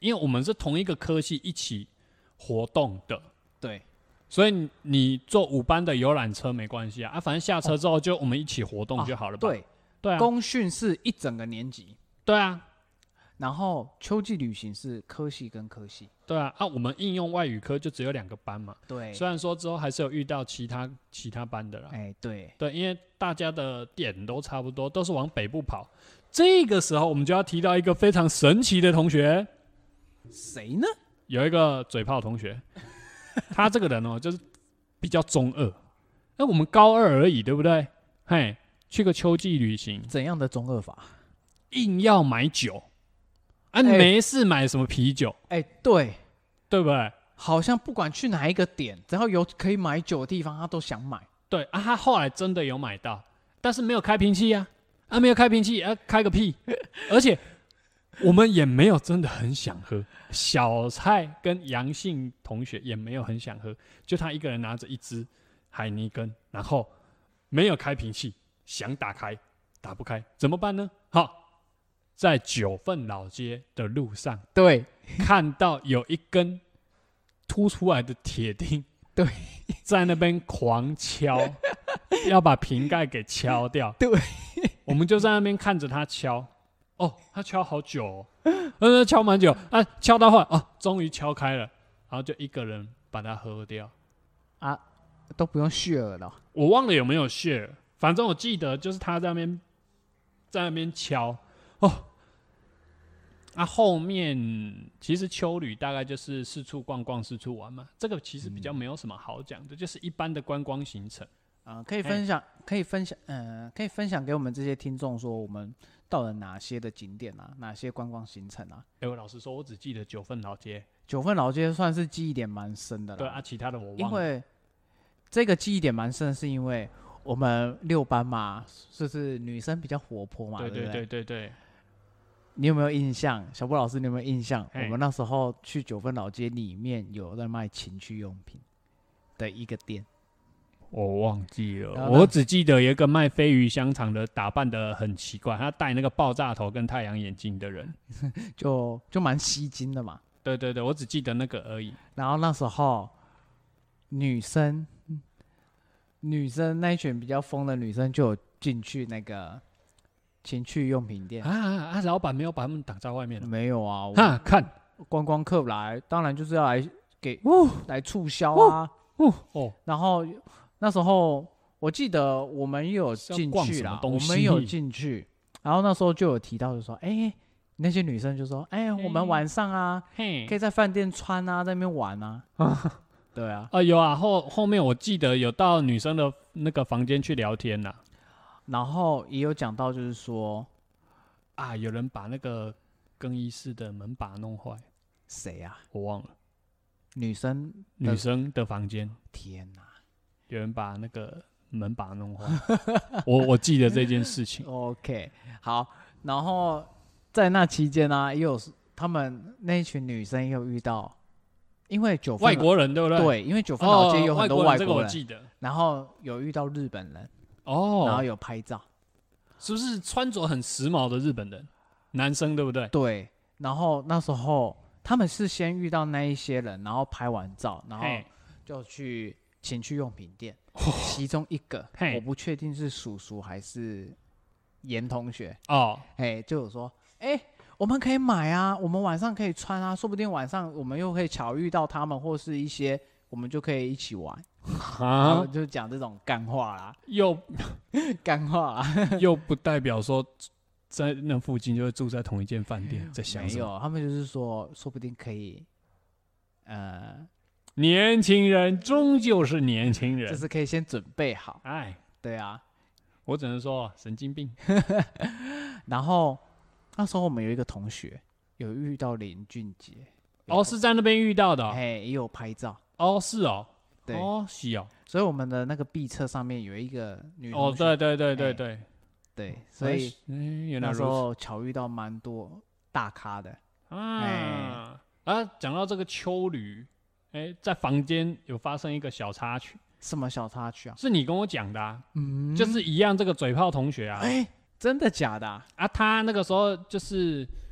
Speaker 1: 因为我们是同一个科系一起活动的，
Speaker 2: 对，
Speaker 1: 所以你你坐五班的游览车没关系啊，啊，反正下车之后就我们一起活动就好了吧？
Speaker 2: 哦、对，
Speaker 1: 对啊，
Speaker 2: 公训是一整个年级，
Speaker 1: 对啊，
Speaker 2: 然后秋季旅行是科系跟科系，
Speaker 1: 对啊，啊，我们应用外语科就只有两个班嘛，
Speaker 2: 对，
Speaker 1: 虽然说之后还是有遇到其他其他班的啦，
Speaker 2: 哎、欸，对，
Speaker 1: 对，因为大家的点都差不多，都是往北部跑。这个时候我们就要提到一个非常神奇的同学，
Speaker 2: 谁呢？
Speaker 1: 有一个嘴炮同学，他这个人哦，就是比较中二。那我们高二而已，对不对？嘿，去个秋季旅行，
Speaker 2: 怎样的中二法？
Speaker 1: 硬要买酒，啊，
Speaker 2: 欸、
Speaker 1: 没事买什么啤酒？
Speaker 2: 哎、欸，对，
Speaker 1: 对不对？
Speaker 2: 好像不管去哪一个点，只要有可以买酒的地方，他都想买。
Speaker 1: 对啊，他后来真的有买到，但是没有开瓶器啊，啊，没有开瓶器，啊，开个屁！而且我们也没有真的很想喝。小蔡跟杨姓同学也没有很想喝，就他一个人拿着一支海尼根，然后没有开瓶器，想打开打不开，怎么办呢？好，在九份老街的路上，
Speaker 2: 对，
Speaker 1: 看到有一根凸出来的铁钉，
Speaker 2: 对，
Speaker 1: 在那边狂敲，要把瓶盖给敲掉。
Speaker 2: 对，
Speaker 1: 我们就在那边看着他敲。哦，他敲好久哦，呃，敲蛮久啊，敲到后来哦，终于敲开了，然后就一个人把它喝掉
Speaker 2: 啊，都不用share了。
Speaker 1: 我忘了有没有share，反正我记得就是他在那边在那边敲哦。啊，后面其实秋旅大概就是四处逛逛、四处玩嘛，这个其实比较没有什么好讲的，嗯、就是一般的观光行程。
Speaker 2: 啊、呃，可以分享，可以分享，呃，可以分享给我们这些听众说，我们到了哪些的景点啊，哪些观光行程啊？
Speaker 1: 哎、欸，我老实说，我只记得九份老街，
Speaker 2: 九份老街算是记忆点蛮深的了。
Speaker 1: 对啊，其他的我忘了。
Speaker 2: 因为这个记忆点蛮深，是因为我们六班嘛，就是女生比较活泼嘛，
Speaker 1: 对对
Speaker 2: 对不对？
Speaker 1: 对对对。
Speaker 2: 你有没有印象？小布老师，你有没有印象？我们那时候去九份老街里面有在卖情趣用品的一个店。
Speaker 1: 我忘记了，我只记得有一个卖鲱鱼香肠的，打扮得很奇怪，他戴那个爆炸头跟太阳眼镜的人，
Speaker 2: 就就蛮吸睛的嘛。
Speaker 1: 对对对，我只记得那个而已。
Speaker 2: 然后那时候女生，女生那一群比较疯的女生就有进去那个情趣用品店
Speaker 1: 啊啊啊！老板没有把他们挡在外面了？
Speaker 2: 没有啊，
Speaker 1: 哈，看
Speaker 2: 观光客来，当然就是要来给、哦、来促销啊。
Speaker 1: 哦哦，
Speaker 2: 然后。那时候我记得我们也有进去啦，我们有进去，然后那时候就有提到，就说，哎、欸，那些女生就说，哎、欸，我们晚上啊，可以在饭店穿啊，在那边玩啊，对啊，
Speaker 1: 啊有啊，后后面我记得有到女生的那个房间去聊天啦，
Speaker 2: 然后也有讲到，就是说，
Speaker 1: 啊，有人把那个更衣室的门把弄坏，
Speaker 2: 谁啊？
Speaker 1: 我忘了，
Speaker 2: 女生
Speaker 1: 女生的房间，
Speaker 2: 天哪！
Speaker 1: 有人把那个门把弄坏，我我记得这件事情。
Speaker 2: OK， 好，然后在那期间呢、啊，也有他们那一群女生也有遇到，因为九份
Speaker 1: 外国人对不对？
Speaker 2: 对，因为九份老街有很多外国人，哦、
Speaker 1: 这个我记得。
Speaker 2: 然后有遇到日本人，
Speaker 1: 哦，
Speaker 2: 然后有拍照，
Speaker 1: 是不是穿着很时髦的日本人？男生对不对？
Speaker 2: 对，然后那时候他们是先遇到那一些人，然后拍完照，然后就去。情趣用品店，其中一个我不确定是叔叔还是严同学哦，哎，就有说，哎、欸，我们可以买啊，我们晚上可以穿啊，说不定晚上我们又可以巧遇到他们，或是一些我们就可以一起玩，啊，就讲这种干话啦，
Speaker 1: 又
Speaker 2: 干话啦，
Speaker 1: 又不代表说在那附近就会住在同一间饭店，在想什么？
Speaker 2: 没有，他们就是说，说不定可以，呃。
Speaker 1: 年轻人终究是年轻人，
Speaker 2: 就是可以先准备好。
Speaker 1: 哎，
Speaker 2: 对啊，
Speaker 1: 我只能说神经病。
Speaker 2: 然后那时候我们有一个同学有遇到林俊杰，
Speaker 1: 哦，是在那边遇到的、哦，
Speaker 2: 哎，也有拍照。
Speaker 1: 哦，是哦，
Speaker 2: 对，
Speaker 1: 哦，是哦。
Speaker 2: 所以我们的那个壁册上面有一个女同
Speaker 1: 学。哦，对对对对对，
Speaker 2: 对，所以那时候巧遇到蛮多大咖的。
Speaker 1: 啊啊，讲到这个秋旅。哎，在房间有发生一个小插曲，
Speaker 2: 什么小插曲啊？
Speaker 1: 是你跟我讲的啊，
Speaker 2: 嗯，
Speaker 1: 就是一样这个嘴炮同学啊，
Speaker 2: 哎，真的假的啊？
Speaker 1: 啊，他那个时候就是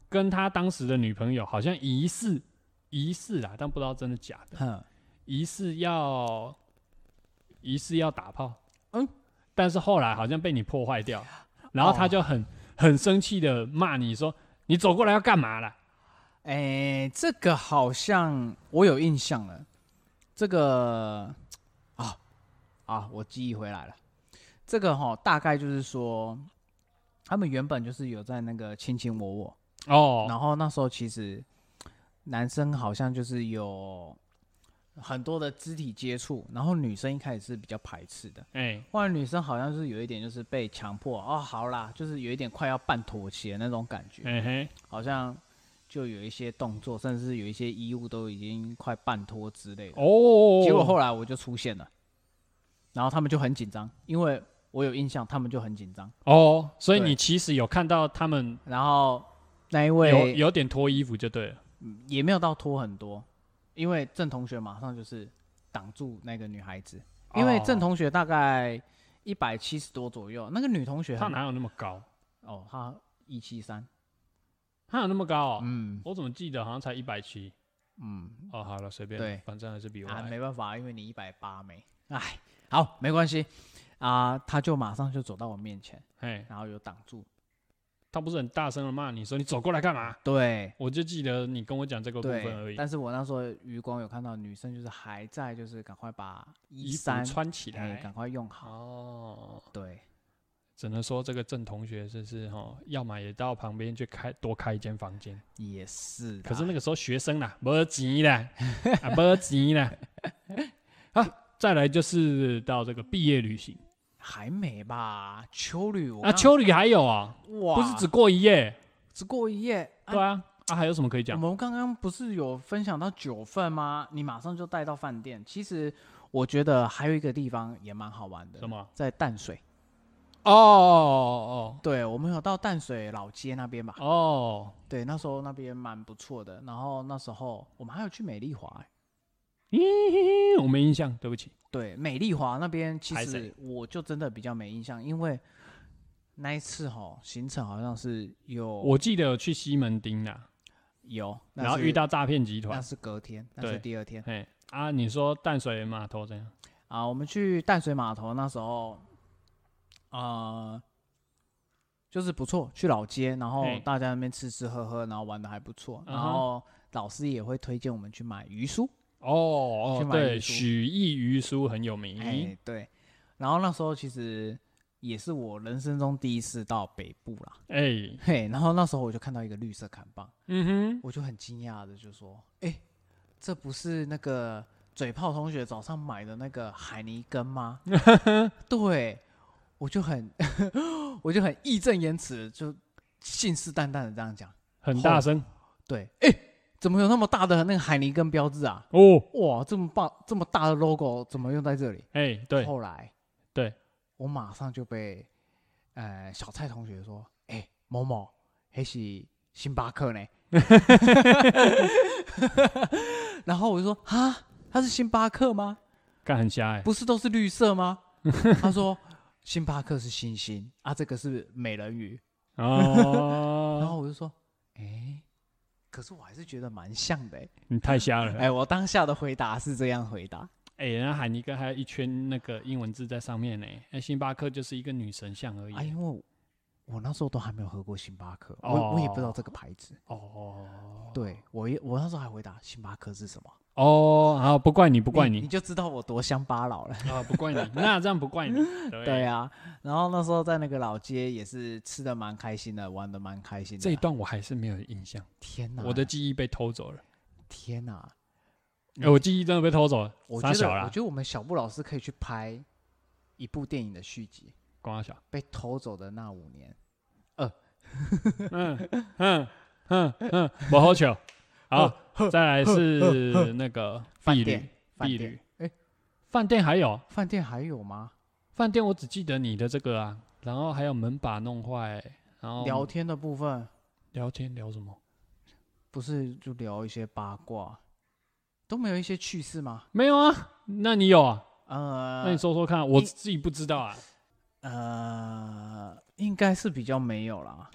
Speaker 1: 跟他当时的女朋友好像疑似疑似啦，但不知道真的假的，疑似要疑似要打炮，嗯，但是后来好像被你破坏掉，然后他就很、哦、很生气的骂你说你走过来要干嘛啦？
Speaker 2: 哎、欸，这个好像我有印象了，这个啊啊，我记忆回来了，这个哈、哦、大概就是说，他们原本就是有在那个卿卿我我哦，然后那时候其实男生好像就是有很多的肢体接触，然后女生一开始是比较排斥的，哎、欸，后来女生好像是有一点就是被强迫哦，好啦，就是有一点快要半妥协的那种感觉，欸、嘿好像。就有一些动作，甚至是有一些衣物都已经快半脱之类的。哦，结果后来我就出现了，然后他们就很紧张，因为我有印象，他们就很紧张。
Speaker 1: 哦，所以你其实有看到他们，
Speaker 2: 然后那一位
Speaker 1: 有有点脱衣服就对了，
Speaker 2: 也没有到脱很多，因为郑同学马上就是挡住那个女孩子，因为郑同学大概一百七十多左右，那个女同学
Speaker 1: 她哪有那么高？
Speaker 2: 哦，她一七三。
Speaker 1: 他有那么高哦？嗯，我怎么记得好像才一百七？嗯，哦，好了，随便，对，反正还是比我矮、啊。
Speaker 2: 没办法，因为你一百八没。哎，好，没关系啊。他就马上就走到我面前，嘿，然后有挡住。
Speaker 1: 他不是很大声的骂你说你走过来干嘛？
Speaker 2: 对，
Speaker 1: 我就记得你跟我讲这个部分而已。
Speaker 2: 但是我那时候余光有看到女生就是还在，就是赶快把
Speaker 1: 衣服穿起来，
Speaker 2: 赶快用好。哦，对。
Speaker 1: 只能说这个郑同学就是哈，要么也到旁边去开多开一间房间，
Speaker 2: 也是。
Speaker 1: 可是那个时候学生啦，没钱啦，啊，没钱啦。好，再来就是到这个毕业旅行，
Speaker 2: 还没吧？秋旅
Speaker 1: 啊，秋旅还有啊，哇，不是只过一夜，
Speaker 2: 只过一夜，
Speaker 1: 对啊，啊，还有什么可以讲？
Speaker 2: 我们刚刚不是有分享到九份吗？你马上就带到饭店。其实我觉得还有一个地方也蛮好玩的，
Speaker 1: 什么？
Speaker 2: 在淡水。
Speaker 1: 哦哦哦，
Speaker 2: 对，我们有到淡水老街那边吧？哦，对，那时候那边蛮不错的。然后那时候我们还有去美丽华、欸，
Speaker 1: 咦，我没印象，对不起。
Speaker 2: 对，美丽华那边其实我就真的比较没印象，因为那一次哈行程好像是有，
Speaker 1: 我记得有去西门町啦，
Speaker 2: 有，
Speaker 1: 然后遇到诈骗集团，
Speaker 2: 那是隔天，那是第二天。
Speaker 1: 嘿啊，你说淡水码头怎样？
Speaker 2: 啊，我们去淡水码头那时候。呃，就是不错，去老街，然后大家那边吃吃喝喝，然后玩的还不错，然后老师也会推荐我们去买鱼酥。
Speaker 1: 哦哦，对，许义鱼酥很有名。
Speaker 2: 哎，对，然后那时候其实也是我人生中第一次到北部啦。哎，嘿，然后那时候我就看到一个绿色砍棒，嗯哼，我就很惊讶的就说，哎，这不是那个嘴炮同学早上买的那个海尼根吗？对。我就很，我就很义正言辞，就信誓旦旦的这样讲，
Speaker 1: 很大声。
Speaker 2: 对，哎、欸，怎么有那么大的那个海尼根标志啊？哦，哇，这么棒，这么大的 logo 怎么用在这里？哎、欸，对。后来，
Speaker 1: 对，
Speaker 2: 我马上就被，呃，小蔡同学说，哎、欸，某某，那是星巴克呢。然后我就说，哈，他是星巴克吗？
Speaker 1: 干很瞎哎、欸，
Speaker 2: 不是都是绿色吗？他说。星巴克是星星啊，这个是美人鱼哦。然后我就说，哎、欸，可是我还是觉得蛮像的、欸。
Speaker 1: 你太瞎了。
Speaker 2: 哎、欸，我当下的回答是这样回答。
Speaker 1: 哎、欸，人家海尼根还有一圈那个英文字在上面呢、欸。那星巴克就是一个女神像而已。
Speaker 2: 啊，因为我那时候都还没有喝过星巴克，哦、我我也不知道这个牌子。哦，对我也我那时候还回答星巴克是什么。
Speaker 1: 哦，好，不怪你，不怪你，
Speaker 2: 你, 你就知道我多乡巴佬了
Speaker 1: 啊！不怪你，那这样不怪你。
Speaker 2: 对, 对啊，然后那时候在那个老街也是吃的蛮开心的，玩的蛮开心的。
Speaker 1: 这一段我还是没有印象。
Speaker 2: 天哪，
Speaker 1: 我的记忆被偷走了。
Speaker 2: 天哪，
Speaker 1: 哎、欸，我记忆真的被偷走了。
Speaker 2: 我觉得，我觉得我们小布老师可以去拍一部电影的续集。
Speaker 1: 光小
Speaker 2: 被偷走的那五年。呃，
Speaker 1: 嗯嗯嗯嗯，不好笑。好，再来是那个
Speaker 2: 饭店，
Speaker 1: 避旅，哎，饭店还有？
Speaker 2: 饭店还有吗？
Speaker 1: 饭店我只记得你的这个啊，然后还有门把弄坏，然后
Speaker 2: 聊天的部分，
Speaker 1: 聊天聊什么？
Speaker 2: 不是就聊一些八卦，都没有一些趣事吗？
Speaker 1: 没有啊，那你有啊？
Speaker 2: 呃，
Speaker 1: 那你说说看，我自己不知道啊。
Speaker 2: 呃，应该是比较没有啦。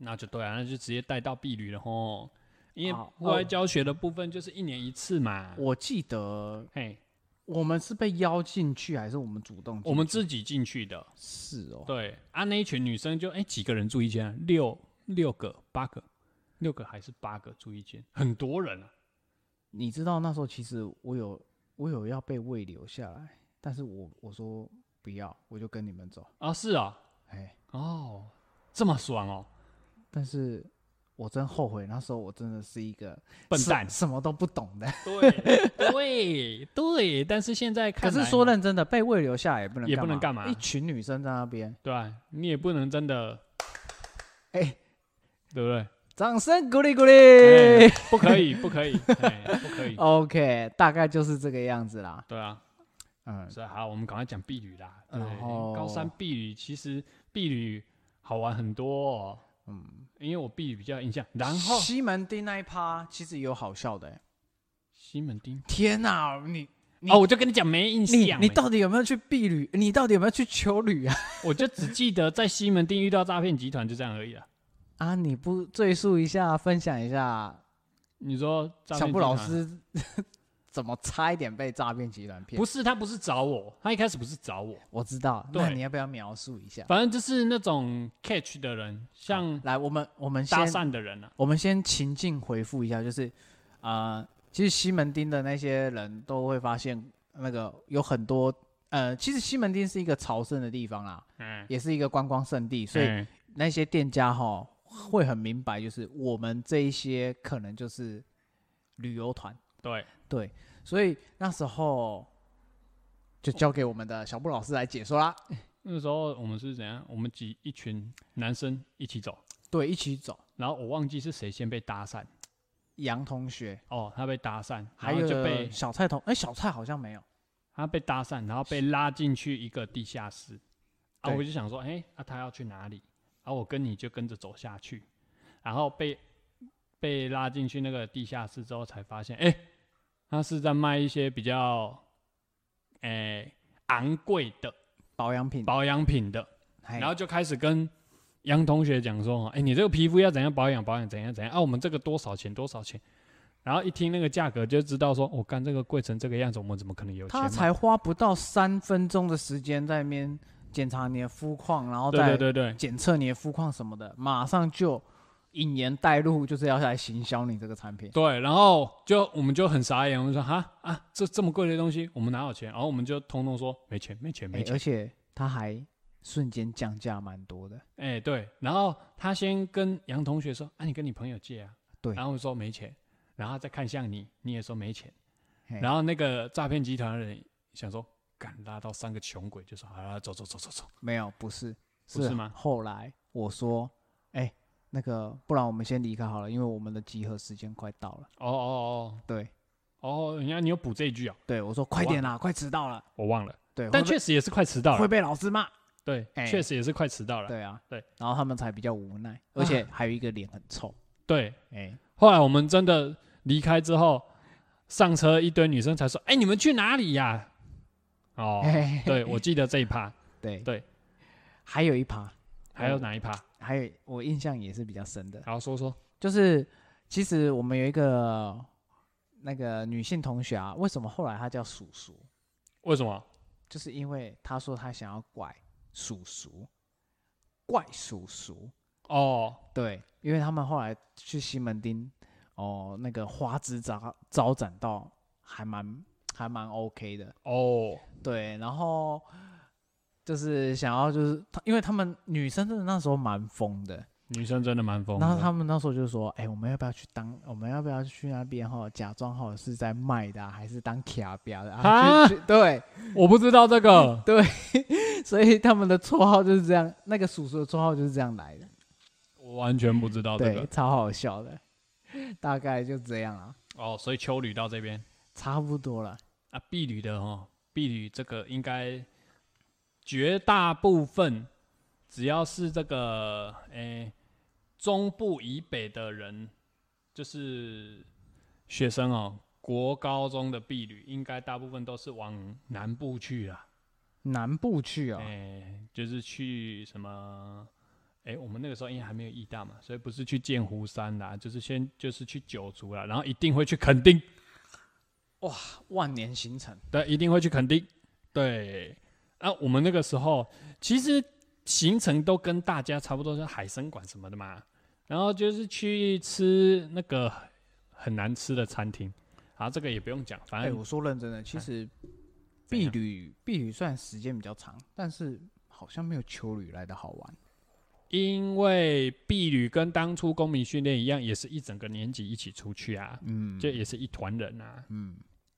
Speaker 1: 那就对啊，那就直接带到避旅了吼。因为
Speaker 2: 好
Speaker 1: 户外教学的部分就是一年一次嘛。
Speaker 2: 我记得
Speaker 1: 嘿，
Speaker 2: 我们是被邀进去，还是我们主动进去？
Speaker 1: 我们自己进去的。
Speaker 2: 是哦。
Speaker 1: 对啊，那一群女生就哎、欸、几个人住一间、啊？六六个、八个，六个还是八个住一间？很多人啊。
Speaker 2: 你知道那时候其实我有我有要被慰留下来，但是我我说不要，我就跟你们走。
Speaker 1: 啊，是啊，
Speaker 2: 哎，
Speaker 1: 哦，这么爽哦。
Speaker 2: 但是我真后悔，那时候我真的是一个
Speaker 1: 笨蛋，
Speaker 2: 什么都不懂的。
Speaker 1: 对对对，但是现在看来，
Speaker 2: 可是说认真的，被慰留下来也不能
Speaker 1: 也不能干嘛，
Speaker 2: 一群女生在那边，
Speaker 1: 对啊，你也不能真的，
Speaker 2: 哎、
Speaker 1: 对不对？
Speaker 2: 掌声鼓励鼓励、
Speaker 1: 欸，不可以，不可以，欸、不可以。
Speaker 2: OK， 大概就是这个样子啦。
Speaker 1: 对啊，
Speaker 2: 嗯，
Speaker 1: 所以好，我们赶快讲避旅啦。对，
Speaker 2: 然后
Speaker 1: 高山避旅其实避旅好玩很多哦。嗯，因为我避旅比较有印象。然后
Speaker 2: 西门町那一趴其实有好笑的、欸。
Speaker 1: 西门町，
Speaker 2: 天哪、啊，你
Speaker 1: 哦，我就跟你讲没印象、欸
Speaker 2: 你。你到底有没有去避旅？你到底有没有去求旅啊？
Speaker 1: 我就只记得在西门町遇到诈骗集团，就这样而已啦。
Speaker 2: 啊，你不赘述一下，分享一下？
Speaker 1: 你说
Speaker 2: 小布老师怎么差一点被诈骗集团骗？
Speaker 1: 不是，他不是找我，他一开始不是找我。
Speaker 2: 我知道，那你要不要描述一下？
Speaker 1: 反正就是那种 catch 的人，像
Speaker 2: 来，我们我们
Speaker 1: 搭讪的人啊，
Speaker 2: 我们先情境回复一下，就是啊、呃，其实西门町的那些人都会发现，那个有很多呃，其实西门町是一个朝圣的地方啦，嗯，也是一个观光胜地，所以那些店家哈会很明白，就是我们这一些可能就是旅游团，
Speaker 1: 对
Speaker 2: 对，所以那时候就交给我们的小布老师来解说啦。
Speaker 1: 那时候我们是怎样？我们几一群男生一起走，
Speaker 2: 对，一起走。
Speaker 1: 然后我忘记是谁先被搭讪，
Speaker 2: 杨同学
Speaker 1: 哦，他被搭讪，
Speaker 2: 还有
Speaker 1: 就被
Speaker 2: 小蔡同，哎、欸，小蔡好像没有，
Speaker 1: 他被搭讪，然后被拉进去一个地下室。啊，我就想说，哎、欸，啊，他要去哪里？啊，我跟你就跟着走下去，然后被被拉进去那个地下室之后，才发现，哎、欸，他是在卖一些比较，哎、欸，昂贵的
Speaker 2: 保养品，
Speaker 1: 保养品的，然后就开始跟杨同学讲说，哎、欸，你这个皮肤要怎样保养，保养怎样怎样啊？我们这个多少钱？多少钱？然后一听那个价格就知道说，我、哦、干这个贵成这个样子，我们怎么可能有钱？
Speaker 2: 他才花不到三分钟的时间在那边检查你的肤况，然后再检测你的肤况什么的，马上就引言带入，就是要来行销你这个产品。
Speaker 1: 对，然后就我们就很傻眼，我们说哈啊，这这么贵的东西，我们哪有钱？然后我们就通通说没钱，没钱，没钱。
Speaker 2: 欸、而且他还瞬间降价蛮多的。
Speaker 1: 哎、欸，对，然后他先跟杨同学说，啊，你跟你朋友借啊，
Speaker 2: 对，
Speaker 1: 然后说没钱，然后再看向你，你也说没钱，然后那个诈骗集团的人想说。敢拉到三个穷鬼，就说好了，走走走走走。没
Speaker 2: 有，不是，
Speaker 1: 不是吗？
Speaker 2: 后来我说，哎、欸，那个，不然我们先离开好了，因为我们的集合时间快到了。
Speaker 1: 哦哦哦，
Speaker 2: 对，
Speaker 1: 哦，人家你有补这一句啊？
Speaker 2: 对，我说快点啦，快迟到了。
Speaker 1: 我忘了。
Speaker 2: 对，
Speaker 1: 但确实也是快迟到了，
Speaker 2: 会被老师骂。
Speaker 1: 对，确、欸、实也是快迟到了。
Speaker 2: 对啊，
Speaker 1: 对，
Speaker 2: 然后他们才比较无奈，而且还有一个脸很臭。
Speaker 1: 对，哎、
Speaker 2: 欸，
Speaker 1: 后来我们真的离开之后，上车一堆女生才说：“哎、欸，你们去哪里呀、啊？”哦，对，我记得这一趴，
Speaker 2: 对
Speaker 1: 对，
Speaker 2: 还有一趴，
Speaker 1: 还有哪一趴？
Speaker 2: 还有我印象也是比较深的。
Speaker 1: 好，说说，
Speaker 2: 就是其实我们有一个那个女性同学啊，为什么后来她叫叔叔？
Speaker 1: 为什么？
Speaker 2: 就是因为她说她想要拐叔叔，怪叔叔。
Speaker 1: 哦，
Speaker 2: 对，因为他们后来去西门町，哦，那个花枝招招展到还蛮。还蛮 OK 的
Speaker 1: 哦，
Speaker 2: 对，然后就是想要就是因为他们女生真的那时候蛮疯的，
Speaker 1: 女生真的蛮疯的。
Speaker 2: 然后他们那时候就说：“哎、欸，我们要不要去当？我们要不要去那边哈，假装哈是在卖的、啊，还是当卡标的啊？”对，
Speaker 1: 我不知道这个。
Speaker 2: 对，所以他们的绰号就是这样，那个叔叔的绰号就是这样来的。
Speaker 1: 我完全不知道这个，
Speaker 2: 对，超好笑的，大概就这样啊。
Speaker 1: 哦，所以秋旅到这边。
Speaker 2: 差不多了
Speaker 1: 啊，避旅的哦，避旅这个应该绝大部分只要是这个诶、欸、中部以北的人，就是学生哦，国高中的避旅应该大部分都是往南部去啦。
Speaker 2: 南部去啊、哦？
Speaker 1: 哎、欸，就是去什么哎、欸，我们那个时候因为还没有义大嘛，所以不是去剑湖山啦，就是先就是去九族啦，然后一定会去垦丁。
Speaker 2: 哇，万年行程。
Speaker 1: 对，一定会去垦丁。对，啊，我们那个时候其实行程都跟大家差不多，是海参馆什么的嘛，然后就是去吃那个很难吃的餐厅。啊，这个也不用讲，反正、
Speaker 2: 欸、我说认真的，其实避旅避旅虽然时间比较长，但是好像没有秋旅来的好玩。
Speaker 1: 因为避旅跟当初公民训练一样，也是一整个年级一起出去啊，嗯，这也是一团人啊，嗯，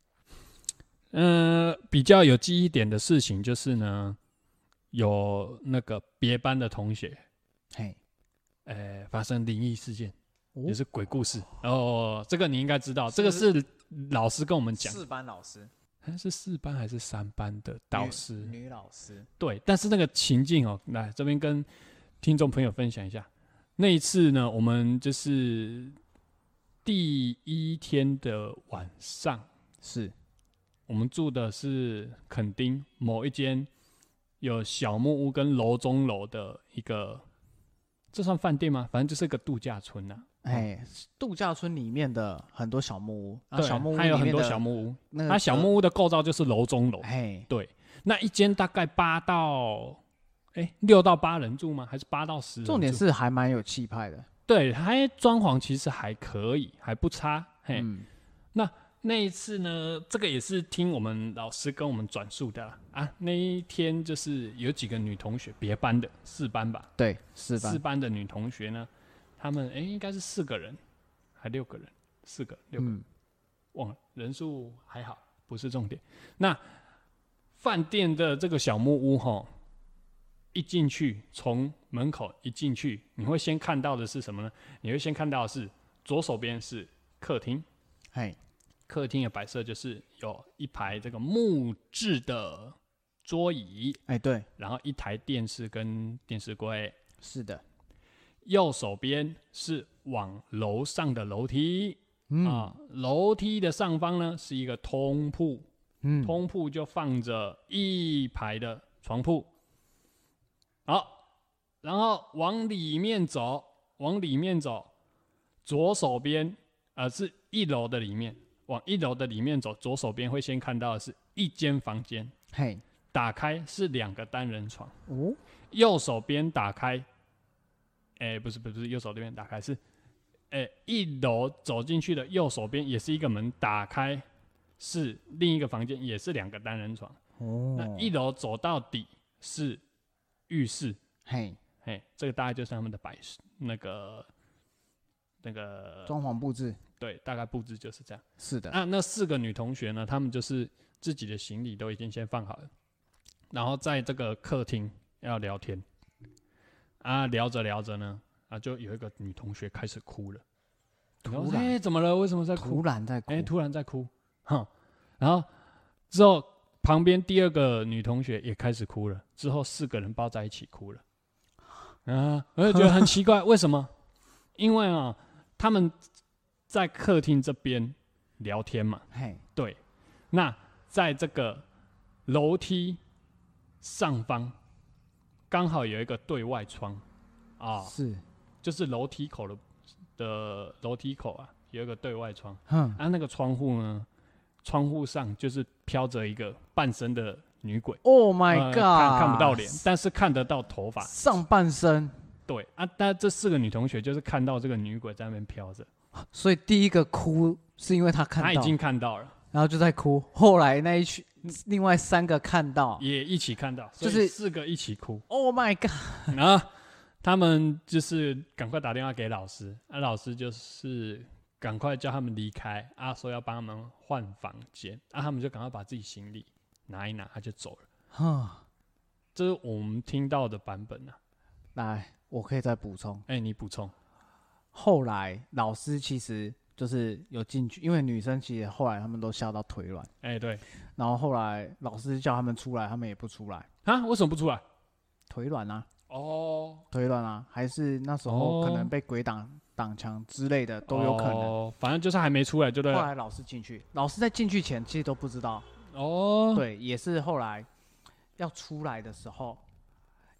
Speaker 1: 呃，比较有记忆点的事情就是呢，有那个别班的同学，嘿，呃，发生灵异事件，哦、也是鬼故事哦，这个你应该知道，这个是老师跟我们讲，
Speaker 2: 四班老师。
Speaker 1: 是四班还是三班的导师？
Speaker 2: 女, 女老师。
Speaker 1: 对，但是那个情境哦，来这边跟听众朋友分享一下。那一次呢，我们就是第一天的晚上，
Speaker 2: 是
Speaker 1: 我们住的是垦丁某一间有小木屋跟楼中楼的一个，这算饭店吗？反正就是一个度假村啊。
Speaker 2: 哎、嗯，度假村里面的很多小木屋，对，小木屋
Speaker 1: 还有很多小木屋。
Speaker 2: 那个、
Speaker 1: 它小木屋的构造就是楼中楼。
Speaker 2: 哎，
Speaker 1: 对，那一间大概八到哎六到八人住吗？还是八到十人住？
Speaker 2: 重点是还蛮有气派的。
Speaker 1: 对，还装潢其实还可以，还不差。嘿，嗯、那那一次呢，这个也是听我们老师跟我们转述的啦啊。那一天就是有几个女同学，别班的四班吧？
Speaker 2: 对，四班。
Speaker 1: 四班的女同学呢？他们哎、欸，应该是四个人，还六个人，四个六个，嗯、忘了人数还好，不是重点。那饭店的这个小木屋哈，一进去，从门口一进去，你会先看到的是什么呢？你会先看到的是左手边是客厅，
Speaker 2: 嘿，
Speaker 1: 客厅的摆设就是有一排这个木质的桌椅，
Speaker 2: 哎、欸、对，
Speaker 1: 然后一台电视跟电视柜，
Speaker 2: 是的。
Speaker 1: 右手边是往楼上的楼梯，嗯、啊，楼梯的上方呢是一个通铺，嗯，通铺就放着一排的床铺，好，然后往里面走，往里面走，左手边，呃，是一楼的里面，往一楼的里面走，左手边会先看到的是一间房间，
Speaker 2: 嘿，
Speaker 1: 打开是两个单人床，
Speaker 2: 哦，
Speaker 1: 右手边打开。哎、欸，不是不是，右手这边打开是，哎、欸，一楼走进去的右手边也是一个门，打开是另一个房间，也是两个单人床。哦，那一楼走到底是浴室，嘿，嘿，这个大概就是他们的摆饰，那个那个
Speaker 2: 装潢布置，
Speaker 1: 对，大概布置就是这样。
Speaker 2: 是的。
Speaker 1: 那那四个女同学呢，她们就是自己的行李都已经先放好了，然后在这个客厅要聊天。啊，聊着聊着呢，啊，就有一个女同学开始哭了。
Speaker 2: 突然，
Speaker 1: 哎、欸，怎么了？为什么在哭？
Speaker 2: 突然在哭，
Speaker 1: 哎、欸，突然在哭，哼。然后之后旁边第二个女同学也开始哭了。之后四个人抱在一起哭了。啊，我就觉得很奇怪，为什么？因为啊，他们在客厅这边聊天嘛。嘿，对。那在这个楼梯上方。刚好有一个对外窗，啊，
Speaker 2: 是，
Speaker 1: 就是楼梯口的的楼梯口啊，有一个对外窗，嗯，啊，那个窗户呢，窗户上就是飘着一个半身的女鬼
Speaker 2: ，Oh my god，、呃、
Speaker 1: 看看不到脸，但是看得到头发，
Speaker 2: 上半身，
Speaker 1: 对啊，但这四个女同学就是看到这个女鬼在那边飘着，
Speaker 2: 所以第一个哭是因为她看到，
Speaker 1: 她已经看到了，
Speaker 2: 然后就在哭，后来那一群。另外三个看到，
Speaker 1: 也一起看到，就是四个一起哭。
Speaker 2: Oh my god！
Speaker 1: 然后他们就是赶快打电话给老师，啊，老师就是赶快叫他们离开，啊，说要帮他们换房间，啊，他们就赶快把自己行李拿一拿，他就走了。哈，这是我们听到的版本啊。
Speaker 2: 来，我可以再补充。
Speaker 1: 哎、欸，你补充。
Speaker 2: 后来老师其实。就是有进去，因为女生其实后来他们都吓到腿软，
Speaker 1: 哎、欸、对，
Speaker 2: 然后后来老师叫他们出来，他们也不出来
Speaker 1: 啊？为什么不出来？
Speaker 2: 腿软啊，
Speaker 1: 哦，
Speaker 2: 腿软啊，还是那时候可能被鬼挡挡墙之类的都有可能，
Speaker 1: 哦，反正就是还没出来就对了。
Speaker 2: 后来老师进去，老师在进去前其实都不知道，
Speaker 1: 哦，
Speaker 2: 对，也是后来要出来的时候，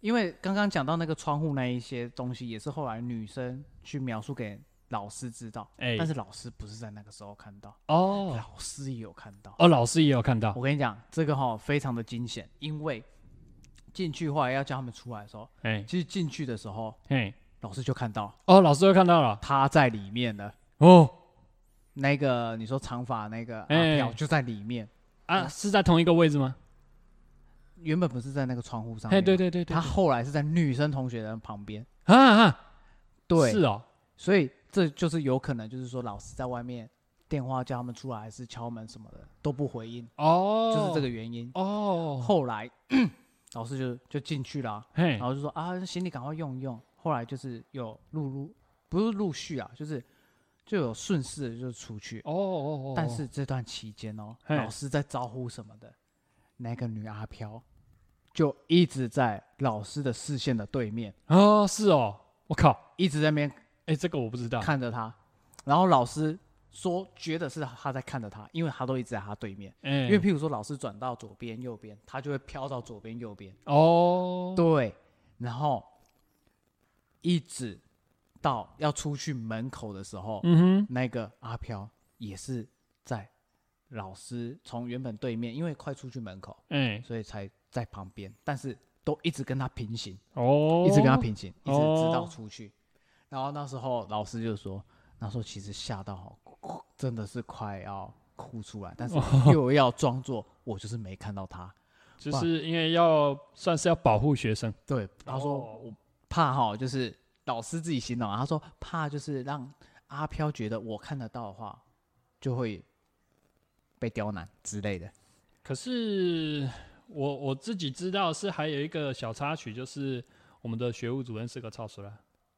Speaker 2: 因为刚刚讲到那个窗户那一些东西，也是后来女生去描述给老师知道，欸、但是老师不是在那个时候看到哦，老师也有看到
Speaker 1: 哦，老师也有看到。
Speaker 2: 我跟你讲，这个哈非常的惊险，因为进去后来要叫他们出来的时候，哎、欸，其实进去的时候，哎、欸，老师就看到
Speaker 1: 哦，老师就看到了，
Speaker 2: 他在里面了哦。那个你说长发那个阿飘就在里面、
Speaker 1: 欸、啊，是在同一个位置吗？
Speaker 2: 原本不是在那个窗户上面，
Speaker 1: 对对对 对, 對，
Speaker 2: 他后来是在女生同学的旁边
Speaker 1: 啊啊，
Speaker 2: 对，
Speaker 1: 是哦，
Speaker 2: 所以这就是有可能，就是说老师在外面电话叫他们出来，还是敲门什么的都不回应哦，就是这个原因哦。后来老师就就进去了、啊，然后就说啊，行李赶快用一用。后来就是有陆陆不是陆续啊，就是就有顺势的就出去哦哦哦。但是这段期间哦，老师在招呼什么的，那个女阿飘就一直在老师的视线的对面
Speaker 1: 哦，是哦，我靠，
Speaker 2: 一直在那边，
Speaker 1: 哎、欸，这个我不知道，
Speaker 2: 看着他，然后老师说觉得是他在看着他，因为他都一直在他对面，欸、因为譬如说老师转到左边右边，他就会飘到左边右边哦，对，然后一直到要出去门口的时候，嗯哼，那个阿飘也是在老师从原本对面，因为快出去门口，哎、欸，所以才在旁边，但是都一直跟他平行哦，一直跟他平行，一直直到出去。然后那时候老师就说，那时候其实吓到，真的是快要哭出来，但是又要装作我就是没看到他，
Speaker 1: 就是因为要算是要保护学生。
Speaker 2: 对，他说我怕哈，就是老师自己形容，他说怕就是让阿飘觉得我看得到的话，就会被刁难之类的。
Speaker 1: 可是我我自己知道是还有一个小插曲，就是我们的学务主任是个超熟啦。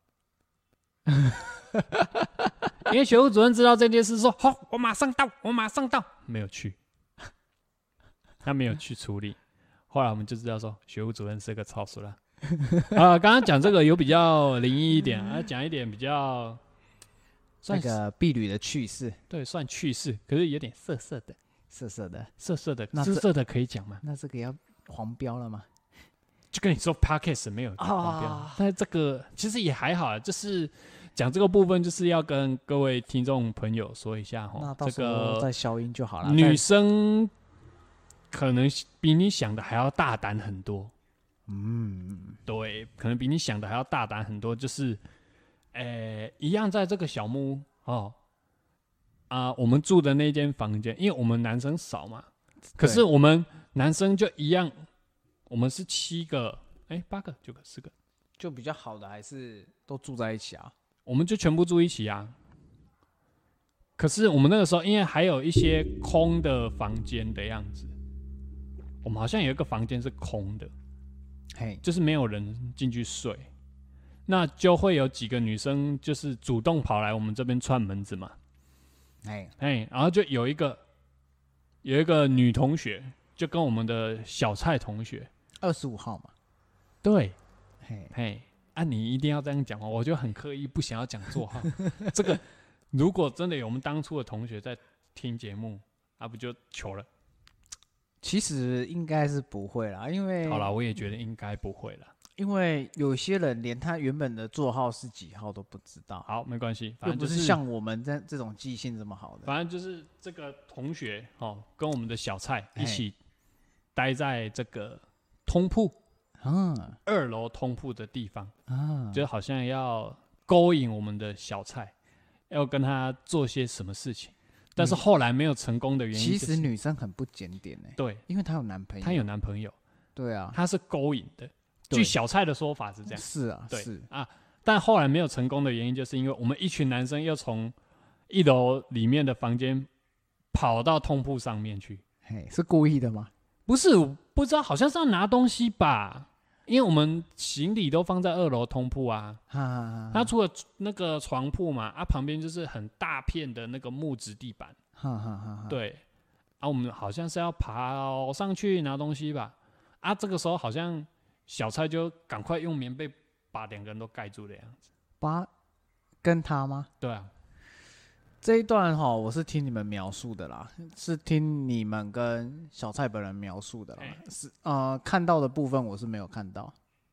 Speaker 1: 因为学务主任知道这件事，说：“好、哦，我马上到，我马上到。”没有去，他没有去处理。后来我们就知道说，学务主任是个超熟啦。啊，刚刚讲这个有比较灵异一点，啊，讲一点比较
Speaker 2: 那个婢女的趣事，
Speaker 1: 对，算趣事，可是有点色色的，
Speaker 2: 色色的，
Speaker 1: 色色的，色色的可以讲吗？
Speaker 2: 那这个要黄标了吗？
Speaker 1: 就跟你说 ，Podcast 没有黄标，哦、但是这个其实也还好啊，就是讲这个部分，就是要跟各位听众朋友说一下哈，
Speaker 2: 那到时候再消音就好了。
Speaker 1: 女生可能比你想的还要大胆很多，嗯，对，可能比你想的还要大胆很多，就是，诶，一样在这个小木屋哦，啊、呃，我们住的那间房间，因为我们男生少嘛，可是我们男生就一样。我们是七个，哎、欸，八个、九个、十个，
Speaker 2: 就比较好的还是都住在一起啊？
Speaker 1: 我们就全部住一起啊。可是我们那个时候，因为还有一些空的房间的样子，我们好像有一个房間是空的，嘿，就是没有人进去睡，那就会有几个女生就是主动跑来我们这边串门子嘛，哎哎，然后就有一个有一个女同学，就跟我们的小蔡同学。
Speaker 2: 二十五号嘛，
Speaker 1: 对，嘿，嘿，啊，你一定要这样讲哦，我就很刻意不想要讲座号。这个如果真的有我们当初的同学在听节目，啊，不就糗了？
Speaker 2: 其实应该是不会啦，因为
Speaker 1: 好啦，我也觉得应该不会啦，
Speaker 2: 因为有些人连他原本的座号是几号都不知道。
Speaker 1: 好，没关系，反正、就是、
Speaker 2: 又不是像我们这这种记性这么好的。
Speaker 1: 反正就是这个同学哦，跟我们的小蔡一起待在这个通铺，嗯，二楼通铺的地方，啊，就好像要勾引我们的小蔡，要跟他做些什么事情，但是后来没有成功的原因、就是，
Speaker 2: 其实女生很不检点哎，
Speaker 1: 对，
Speaker 2: 因为她有男朋友，
Speaker 1: 她有男朋友，
Speaker 2: 对啊，
Speaker 1: 她是勾引的，据小蔡的说法是这样，
Speaker 2: 是啊，
Speaker 1: 对
Speaker 2: 是
Speaker 1: 啊，但后来没有成功的原因，就是因为我们一群男生又从一楼里面的房间跑到通铺上面去，
Speaker 2: 嘿，是故意的吗？
Speaker 1: 不是，不知道，好像是要拿东西吧，因为我们行李都放在二楼通铺啊。它除了那个床铺嘛，啊，旁边就是很大片的那个木质地板。哈哈哈哈对，啊，我们好像是要爬上去拿东西吧。啊，这个时候好像小蔡就赶快用棉被把两个人都盖住的样子。
Speaker 2: 把跟他吗？
Speaker 1: 对啊。
Speaker 2: 这一段哈，我是听你们描述的啦，是听你们跟小蔡本人描述的啦。欸、是呃，看到的部分我是没有看到。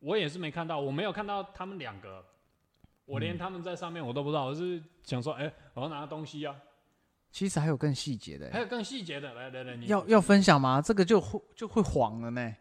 Speaker 1: 我也是没看到，我没有看到他们两个，我连他们在上面我都不知道，我是想说，哎、欸，我要拿东西啊。
Speaker 2: 其实还有更细节的、欸，
Speaker 1: 还有更细节的，来来来，你
Speaker 2: 要要分享吗？这个就会就会黄了呢。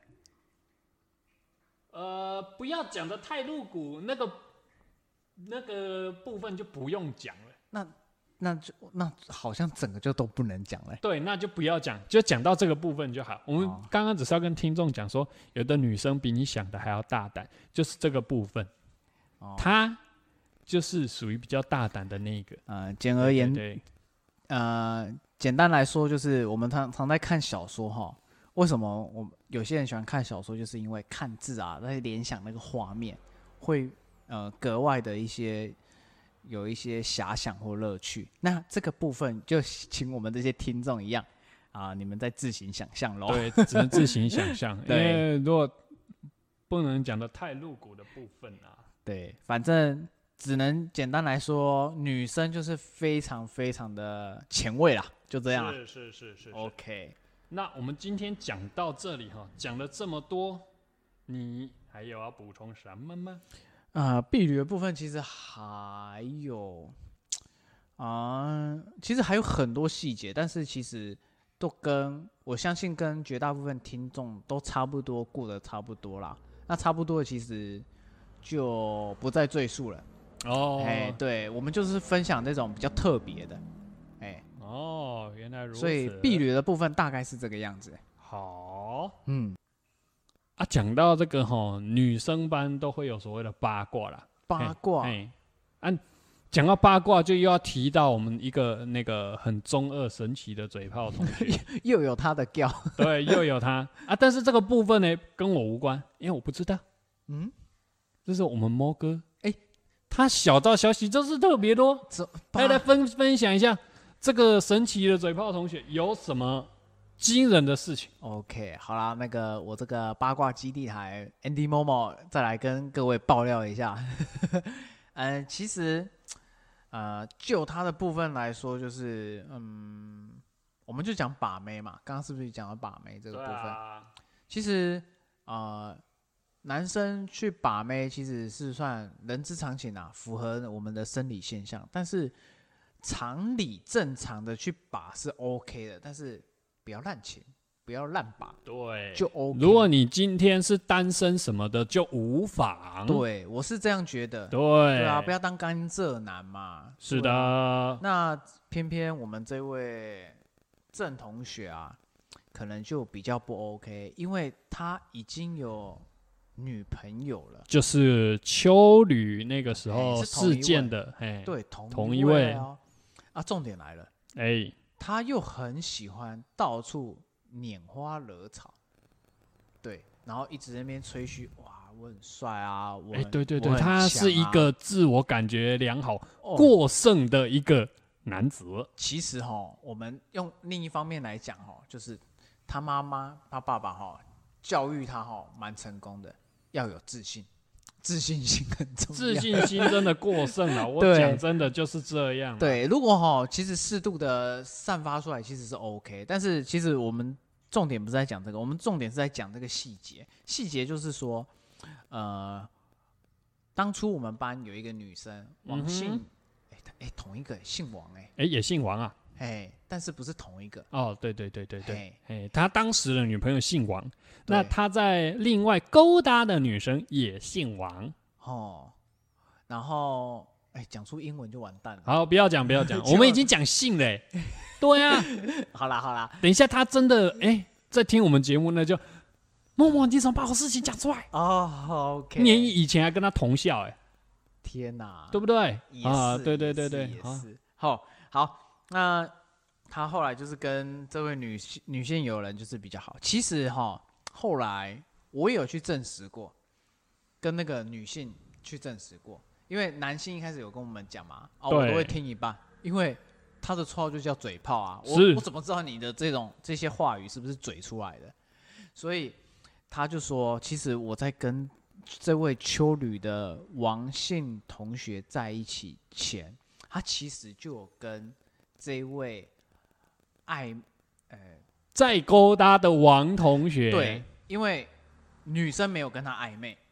Speaker 1: 呃，不要讲的太露骨，那个那个部分就不用讲了。
Speaker 2: 那那就那好像整个就都不能讲了。
Speaker 1: 对，那就不要讲，就讲到这个部分就好。我们刚刚只是要跟听众讲说，有的女生比你想的还要大胆，就是这个部分。哦，她就是属于比较大胆的那个。
Speaker 2: 呃，简而言，
Speaker 1: 对对对
Speaker 2: 呃，简单来说就是我们常常在看小说哈。为什么我有些人喜欢看小说，就是因为看字啊，在联想那个画面，会呃格外的一些有一些遐想或乐趣。那这个部分就请我们这些听众一样啊，你们再自行想象咯。
Speaker 1: 对，只能自行想象，因为如果不能讲的太露骨的部分啊，
Speaker 2: 对，反正只能简单来说，女生就是非常非常的前卫啦，就这样啦。
Speaker 1: 是是是是
Speaker 2: ，OK。
Speaker 1: 那我们今天讲到这里哈，讲了这么多，你还有要补充什么吗？
Speaker 2: 啊、呃，婢女的部分其实还有啊、呃，其实还有很多细节，但是其实都跟我相信跟绝大部分听众都差不多，过得差不多啦。那差不多的其实就不再赘述了。
Speaker 1: 哦，
Speaker 2: 哎，对，我们就是分享这种比较特别的。
Speaker 1: 哦，原来如此。
Speaker 2: 所以婢女的部分大概是这个样子。
Speaker 1: 好，
Speaker 2: 嗯，
Speaker 1: 啊，讲到这个哈，女生班都会有所谓的八卦啦。
Speaker 2: 八卦，
Speaker 1: 哎，按讲到八卦，就又要提到我们一个那个很中二神奇的嘴炮同学，
Speaker 2: 又有他的调，
Speaker 1: 对，又有他啊。但是这个部分呢，跟我无关，因为我不知道。嗯，这是我们猫哥，哎、欸，他小道消息就是特别多，来来分分享一下。这个神奇的嘴炮同学有什么惊人的事情
Speaker 2: ？OK， 好啦，那个我这个八卦基地台 Andy Momo 再来跟各位爆料一下。嗯、呃，其实呃，就他的部分来说，就是嗯，我们就讲把妹嘛。刚刚是不是讲到把妹这个部分？啊、其实呃，男生去把妹其实是算人之常情啊，符合我们的生理现象，但是。常理正常的去把是 OK 的，但是不要滥情，不要滥把，
Speaker 1: 对，
Speaker 2: 就 OK。
Speaker 1: 如果你今天是单身什么的，就无妨。
Speaker 2: 对，我是这样觉得。
Speaker 1: 对，
Speaker 2: 对啊，不要当甘蔗男嘛。
Speaker 1: 是的。
Speaker 2: 啊、那偏偏我们这位郑同学啊，可能就比较不 OK， 因为他已经有女朋友了，
Speaker 1: 就是秋吕那个时候事件的，
Speaker 2: 哎，对，同
Speaker 1: 同一位
Speaker 2: 哦。啊，重点来了，
Speaker 1: 哎、欸，
Speaker 2: 他又很喜欢到处拈花惹草，对，然后一直在那边吹嘘，哇，我很帅啊，我，哎、
Speaker 1: 欸，对对对，
Speaker 2: 啊、
Speaker 1: 他是一个自我感觉良好、哦、过剩的一个男子。
Speaker 2: 其实哈，我们用另一方面来讲哈，就是他妈妈、他爸爸哈，教育他哈，蛮成功的，要有自信。自信心很重要，
Speaker 1: 自信心真的过剩了。我讲真的就是这样。
Speaker 2: 对，如果哈，其实适度的散发出来，其实是 OK。但是其实我们重点不是在讲这个，我们重点是在讲这个细节。细节就是说，呃，当初我们班有一个女生，王姓，哎、嗯欸欸，同一个姓王、欸，哎，
Speaker 1: 哎，也姓王啊。
Speaker 2: 哎，但是不是同一个
Speaker 1: 哦？对对对对对，哎，他当时的女朋友姓王，那他在另外勾搭的女生也姓王
Speaker 2: 哦。然后，哎，讲出英文就完蛋了。
Speaker 1: 好，不要讲，不要讲，我们已经讲姓了。对啊，
Speaker 2: 好啦好啦，
Speaker 1: 等一下他真的哎在听我们节目呢，就默默你怎么把我事情讲出来？
Speaker 2: 哦 ，OK。
Speaker 1: 你以前还跟他同校哎，
Speaker 2: 天哪，
Speaker 1: 对不对？
Speaker 2: 也是
Speaker 1: 啊，对对对对，
Speaker 2: 也是。好，好。那他后来就是跟这位女女性友人就是比较好。其实哈，后来我也有去证实过，跟那个女性去证实过，因为男性一开始有跟我们讲嘛，啊，我都会听一半，因为他的绰号就叫嘴炮啊，我我怎么知道你的这种这些话语是不是嘴出来的？所以他就说，其实我在跟这位秋吕的王姓同学在一起前，他其实就有跟这位暧，呃，
Speaker 1: 在勾搭的王同学，
Speaker 2: 对，因为女生没有跟他暧昧，
Speaker 1: 对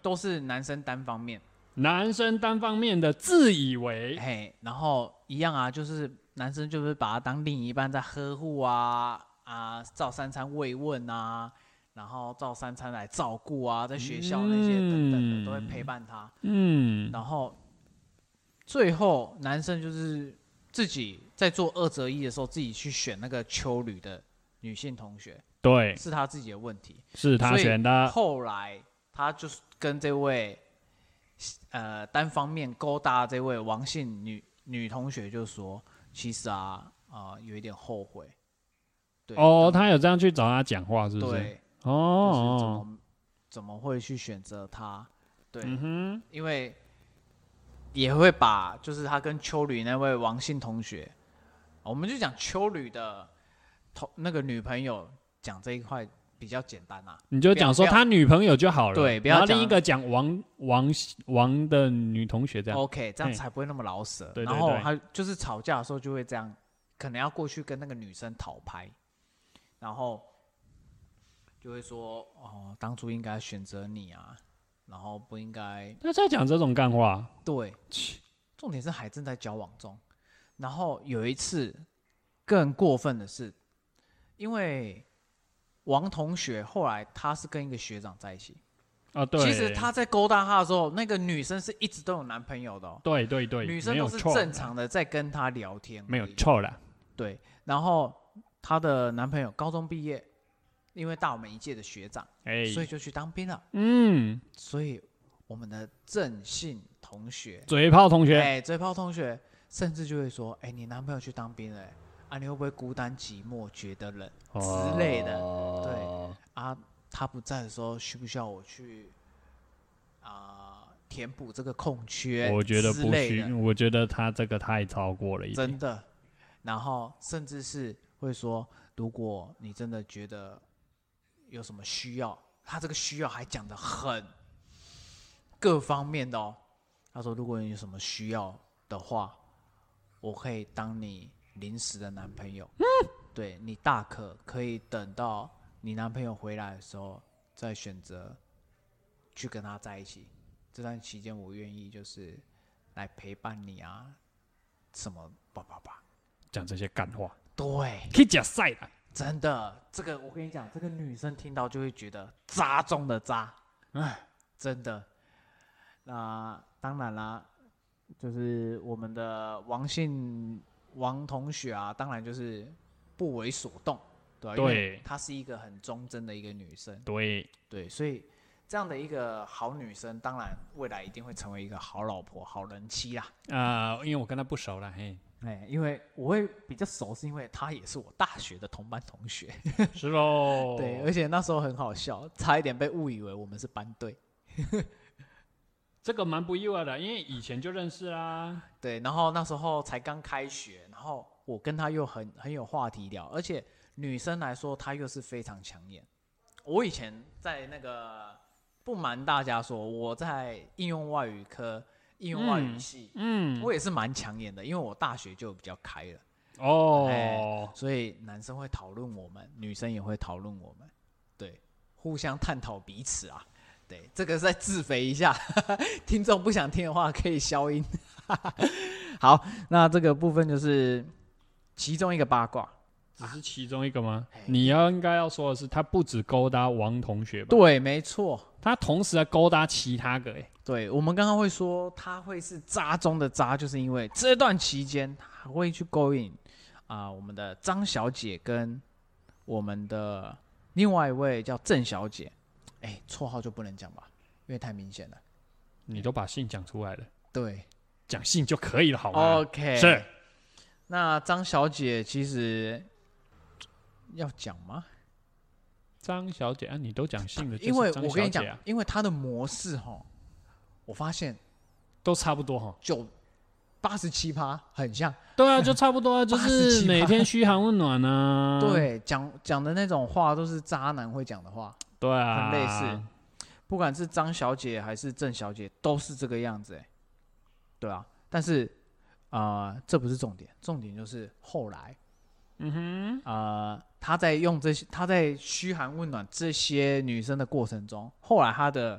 Speaker 2: 都是男生单方面，
Speaker 1: 男生单方面的自以为，
Speaker 2: 嘿，然后一样啊，就是男生就是把他当另一半在呵护啊啊，照三餐慰问啊，然后照三餐来照顾啊，在学校那些等等的、嗯、都会陪伴他，嗯，然后最后男生就是自己在做二择一的时候，自己去选那个秋旅的女性同学，
Speaker 1: 对，
Speaker 2: 是他自己的问题，
Speaker 1: 是他选的。
Speaker 2: 后来他就是跟这位呃单方面勾搭这位王姓女女同学就说，其实啊啊、呃、有一点后悔。对
Speaker 1: 哦，他有这样去找他讲话，是不是？
Speaker 2: 对，
Speaker 1: 哦，
Speaker 2: 就是怎么怎么会去选择他？对，嗯哼，因为也会把就是他跟秋吕那位王姓同学，我们就讲秋吕的同那个女朋友讲这一块比较简单啊，
Speaker 1: 你就讲说他女朋友就好了，
Speaker 2: 对，不要
Speaker 1: 然后另一个讲王王王的女同学这样
Speaker 2: ，OK， 这样才不会那么老舍。
Speaker 1: 对对对，
Speaker 2: 然后他就是吵架的时候就会这样，可能要过去跟那个女生讨拍，然后就会说哦，当初应该选择你啊。然后不应该，
Speaker 1: 他在讲这种干话。
Speaker 2: 对，重点是还正在交往中。然后有一次更过分的是，因为王同学后来他是跟一个学长在一起。
Speaker 1: 啊，对。
Speaker 2: 其实他在勾搭他的时候，那个女生是一直都有男朋友的、哦。
Speaker 1: 对对对，
Speaker 2: 女生都是正常的在跟他聊天，
Speaker 1: 没有错啦。
Speaker 2: 对，然后她的男朋友高中毕业。因为大我们一届的学长，欸、所以就去当兵了。嗯，所以我们的郑姓同学，
Speaker 1: 嘴炮同学，
Speaker 2: 哎、欸，嘴炮同学，甚至就会说：“哎、欸，你男朋友去当兵了、欸，啊，你会不会孤单寂寞，觉得冷、哦、之类的？”对啊，他不在的时候，需不需要我去啊、呃、填补这个空缺？
Speaker 1: 我觉得不需，我觉得他这个太超过了一点，
Speaker 2: 真的。然后甚至是会说，如果你真的觉得有什么需要，他这个需要还讲得很各方面的哦。他说，如果你有什么需要的话，我可以当你临时的男朋友。嗯，对，你大可可以等到你男朋友回来的时候再选择去跟他在一起。这段期间我愿意就是来陪伴你啊，什么叭叭叭，
Speaker 1: 讲这些干话。
Speaker 2: 对，
Speaker 1: 可以讲晒的。
Speaker 2: 真的，这个我跟你讲，这个女生听到就会觉得渣中的渣，哎，真的。那当然啦，就是我们的王姓王同学啊，当然就是不为所动，对吧？
Speaker 1: 对，
Speaker 2: 因为她是一个很忠贞的一个女生，
Speaker 1: 对
Speaker 2: 对，所以这样的一个好女生，当然未来一定会成为一个好老婆、好人妻啦。
Speaker 1: 啊、呃，因为我跟她不熟啦，嘿。
Speaker 2: 哎，因为我会比较熟，是因为他也是我大学的同班同学。
Speaker 1: 是喽。
Speaker 2: 对，而且那时候很好笑，差一点被误以为我们是班队。
Speaker 1: 这个蛮不意外的，因为以前就认识啦。
Speaker 2: 对，然后那时候才刚开学，然后我跟他又很很有话题聊，而且女生来说，她又是非常抢眼。我以前在那个不瞒大家说，我在应用外语科。应用外语系，嗯，我也是蛮抢眼的，因为我大学就比较开了，哦、欸，所以男生会讨论我们，女生也会讨论我们，对，互相探讨彼此啊，对，这个再自肥一下，听众不想听的话可以消音。好，那这个部分就是其中一个八卦。
Speaker 1: 只是其中一个吗？你要应该要说的是，他不止勾搭王同学吧？
Speaker 2: 对，没错，
Speaker 1: 他同时还勾搭其他个、欸。
Speaker 2: 对，我们刚刚会说他会是渣中的渣，就是因为这段期间他会去勾引啊、呃、我们的张小姐跟我们的另外一位叫郑小姐，哎，绰号就不能讲吧，因为太明显了。
Speaker 1: 你都把姓讲出来了，
Speaker 2: 对，
Speaker 1: 讲姓就可以了，好吗
Speaker 2: ？OK，
Speaker 1: 是。
Speaker 2: 那张小姐其实。要讲吗？
Speaker 1: 张小姐啊，你都讲姓了，
Speaker 2: 因为我跟你讲，因为她的模式哈，我发现
Speaker 1: 都差不多哈，
Speaker 2: 就八十七趴很像。
Speaker 1: 对啊，就差不多啊，就是每天嘘寒问暖啊。
Speaker 2: 对，讲讲的那种话都是渣男会讲的话。
Speaker 1: 对啊，
Speaker 2: 很类似。不管是张小姐还是郑小姐，都是这个样子哎、欸。对啊，但是啊、呃，这不是重点，重点就是后来。嗯哼，呃，他在用这些，他在嘘寒问暖这些女生的过程中，后来他的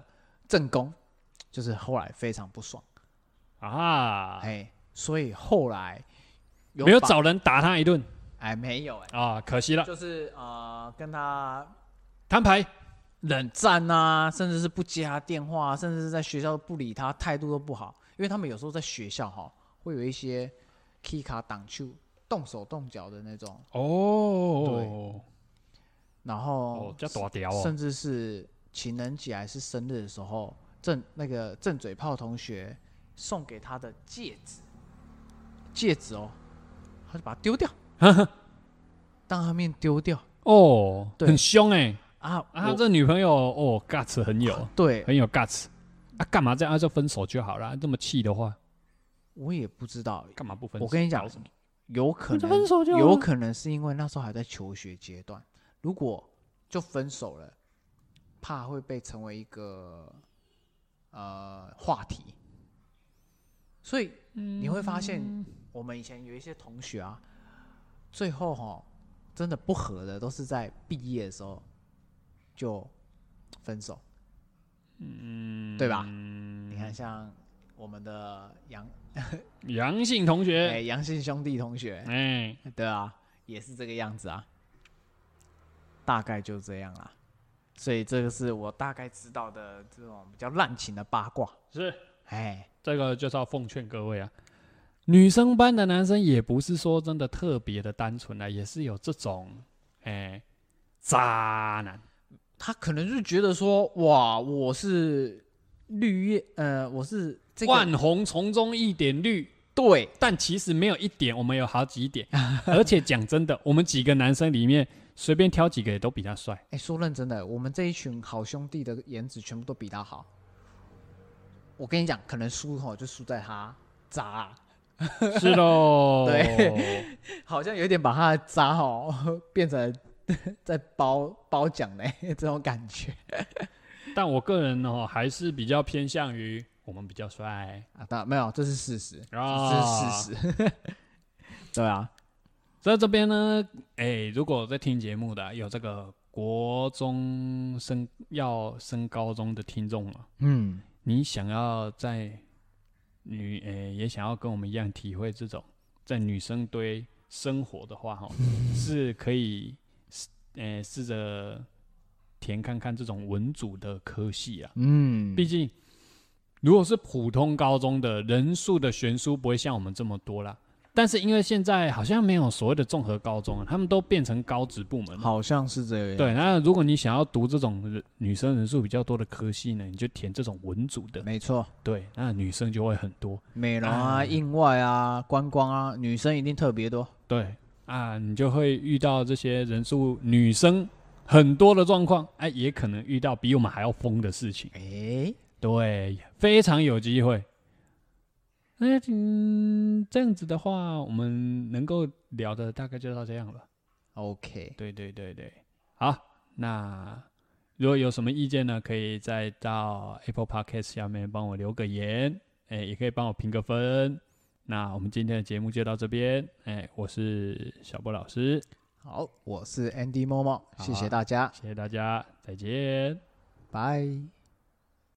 Speaker 2: 正宫，就是后来非常不爽
Speaker 1: 啊，
Speaker 2: 哎，所以后来
Speaker 1: 没有找人打他一顿，
Speaker 2: 哎，没有哎，
Speaker 1: 啊，可惜了，
Speaker 2: 就是呃跟他
Speaker 1: 摊牌。
Speaker 2: 冷战啊，甚至是不接他电话、啊，甚至是在学校不理他，态度都不好。因为他们有时候在学校哈，会有一些 K 卡挡球、动手动脚的那种。
Speaker 1: 哦，
Speaker 2: 对。然后，
Speaker 1: 哦，叫大条哦，
Speaker 2: 甚至是情人节还是生日的时候，正那个正嘴炮同学送给他的戒指，戒指哦，他就把它丢掉，当他面丢掉。
Speaker 1: 哦，
Speaker 2: 对
Speaker 1: 很凶哎、欸。
Speaker 2: 啊，
Speaker 1: 啊，这女朋友哦 ，guts 很有，
Speaker 2: 对，
Speaker 1: 很有 guts。啊，干嘛这样？啊，就分手就好了。这么气的话，
Speaker 2: 我也不知道，
Speaker 1: 干嘛不分手？
Speaker 2: 我跟你讲，有可能
Speaker 1: 分手就
Speaker 2: 有可能是因为那时候还在求学阶段，如果就分手了，怕会被成为一个呃话题，所以你会发现，我们以前有一些同学啊，最后哈真的不合的，都是在毕业的时候就分手，嗯，对吧？你看，像我们的杨
Speaker 1: 杨姓同学，
Speaker 2: 哎，杨姓兄弟同学，
Speaker 1: 哎，
Speaker 2: 对啊，也是这个样子啊，大概就这样啦。所以这个是我大概知道的这种比较滥情的八卦。
Speaker 1: 是，
Speaker 2: 哎，
Speaker 1: 这个就是要奉劝各位啊，女生班的男生也不是说真的特别的单纯啊，也是有这种哎渣男。
Speaker 2: 他可能就觉得说，哇，我是绿叶，呃，我是这个
Speaker 1: 万红丛中一点绿，
Speaker 2: 对，
Speaker 1: 但其实没有一点，我们有好几点。而且讲真的，我们几个男生里面随便挑几个也都比他帅。
Speaker 2: 哎，说认真的，我们这一群好兄弟的颜值全部都比他好。我跟你讲，可能输吼就输在他渣、啊，
Speaker 1: 是喽，
Speaker 2: 对，好像有点把他的渣吼变成在包包奖呢，这种感觉。
Speaker 1: 但我个人哦，还是比较偏向于我们比较帅
Speaker 2: 啊，当然没有，这是事实，
Speaker 1: 啊，
Speaker 2: 这是事实。对啊，
Speaker 1: 在这边呢，哎，如果在听节目的有这个国中升要升高中的听众啊，
Speaker 2: 嗯，
Speaker 1: 你想要在女诶、也想要跟我们一样体会这种在女生堆生活的话，哈，是可以诶试着填看看这种文组的科系啊。嗯，毕竟如果是普通高中的人数的悬殊不会像我们这么多啦。但是因为现在好像没有所谓的综合高中，他们都变成高职部门了，
Speaker 2: 好像是这样。
Speaker 1: 对，那如果你想要读这种女生人数比较多的科系呢，你就填这种文组的，
Speaker 2: 没错。
Speaker 1: 对，那女生就会很多，
Speaker 2: 美容啊、印外啊、观光啊，女生一定特别多。
Speaker 1: 对啊，你就会遇到这些人数女生很多的状况，哎，也可能遇到比我们还要疯的事情，哎，对，非常有机会。那嗯，这样子的话，我们能够聊的大概就到这样了。
Speaker 2: OK，
Speaker 1: 对对对对，好，那如果有什么意见呢，可以再到 Apple Podcast 下面帮我留个言，哎，也可以帮我评个分。那我们今天的节目就到这边，哎，我是小波老师，
Speaker 2: 好，我是 Andy Momo，谢谢大家，
Speaker 1: 谢谢大家，再见，
Speaker 2: 拜。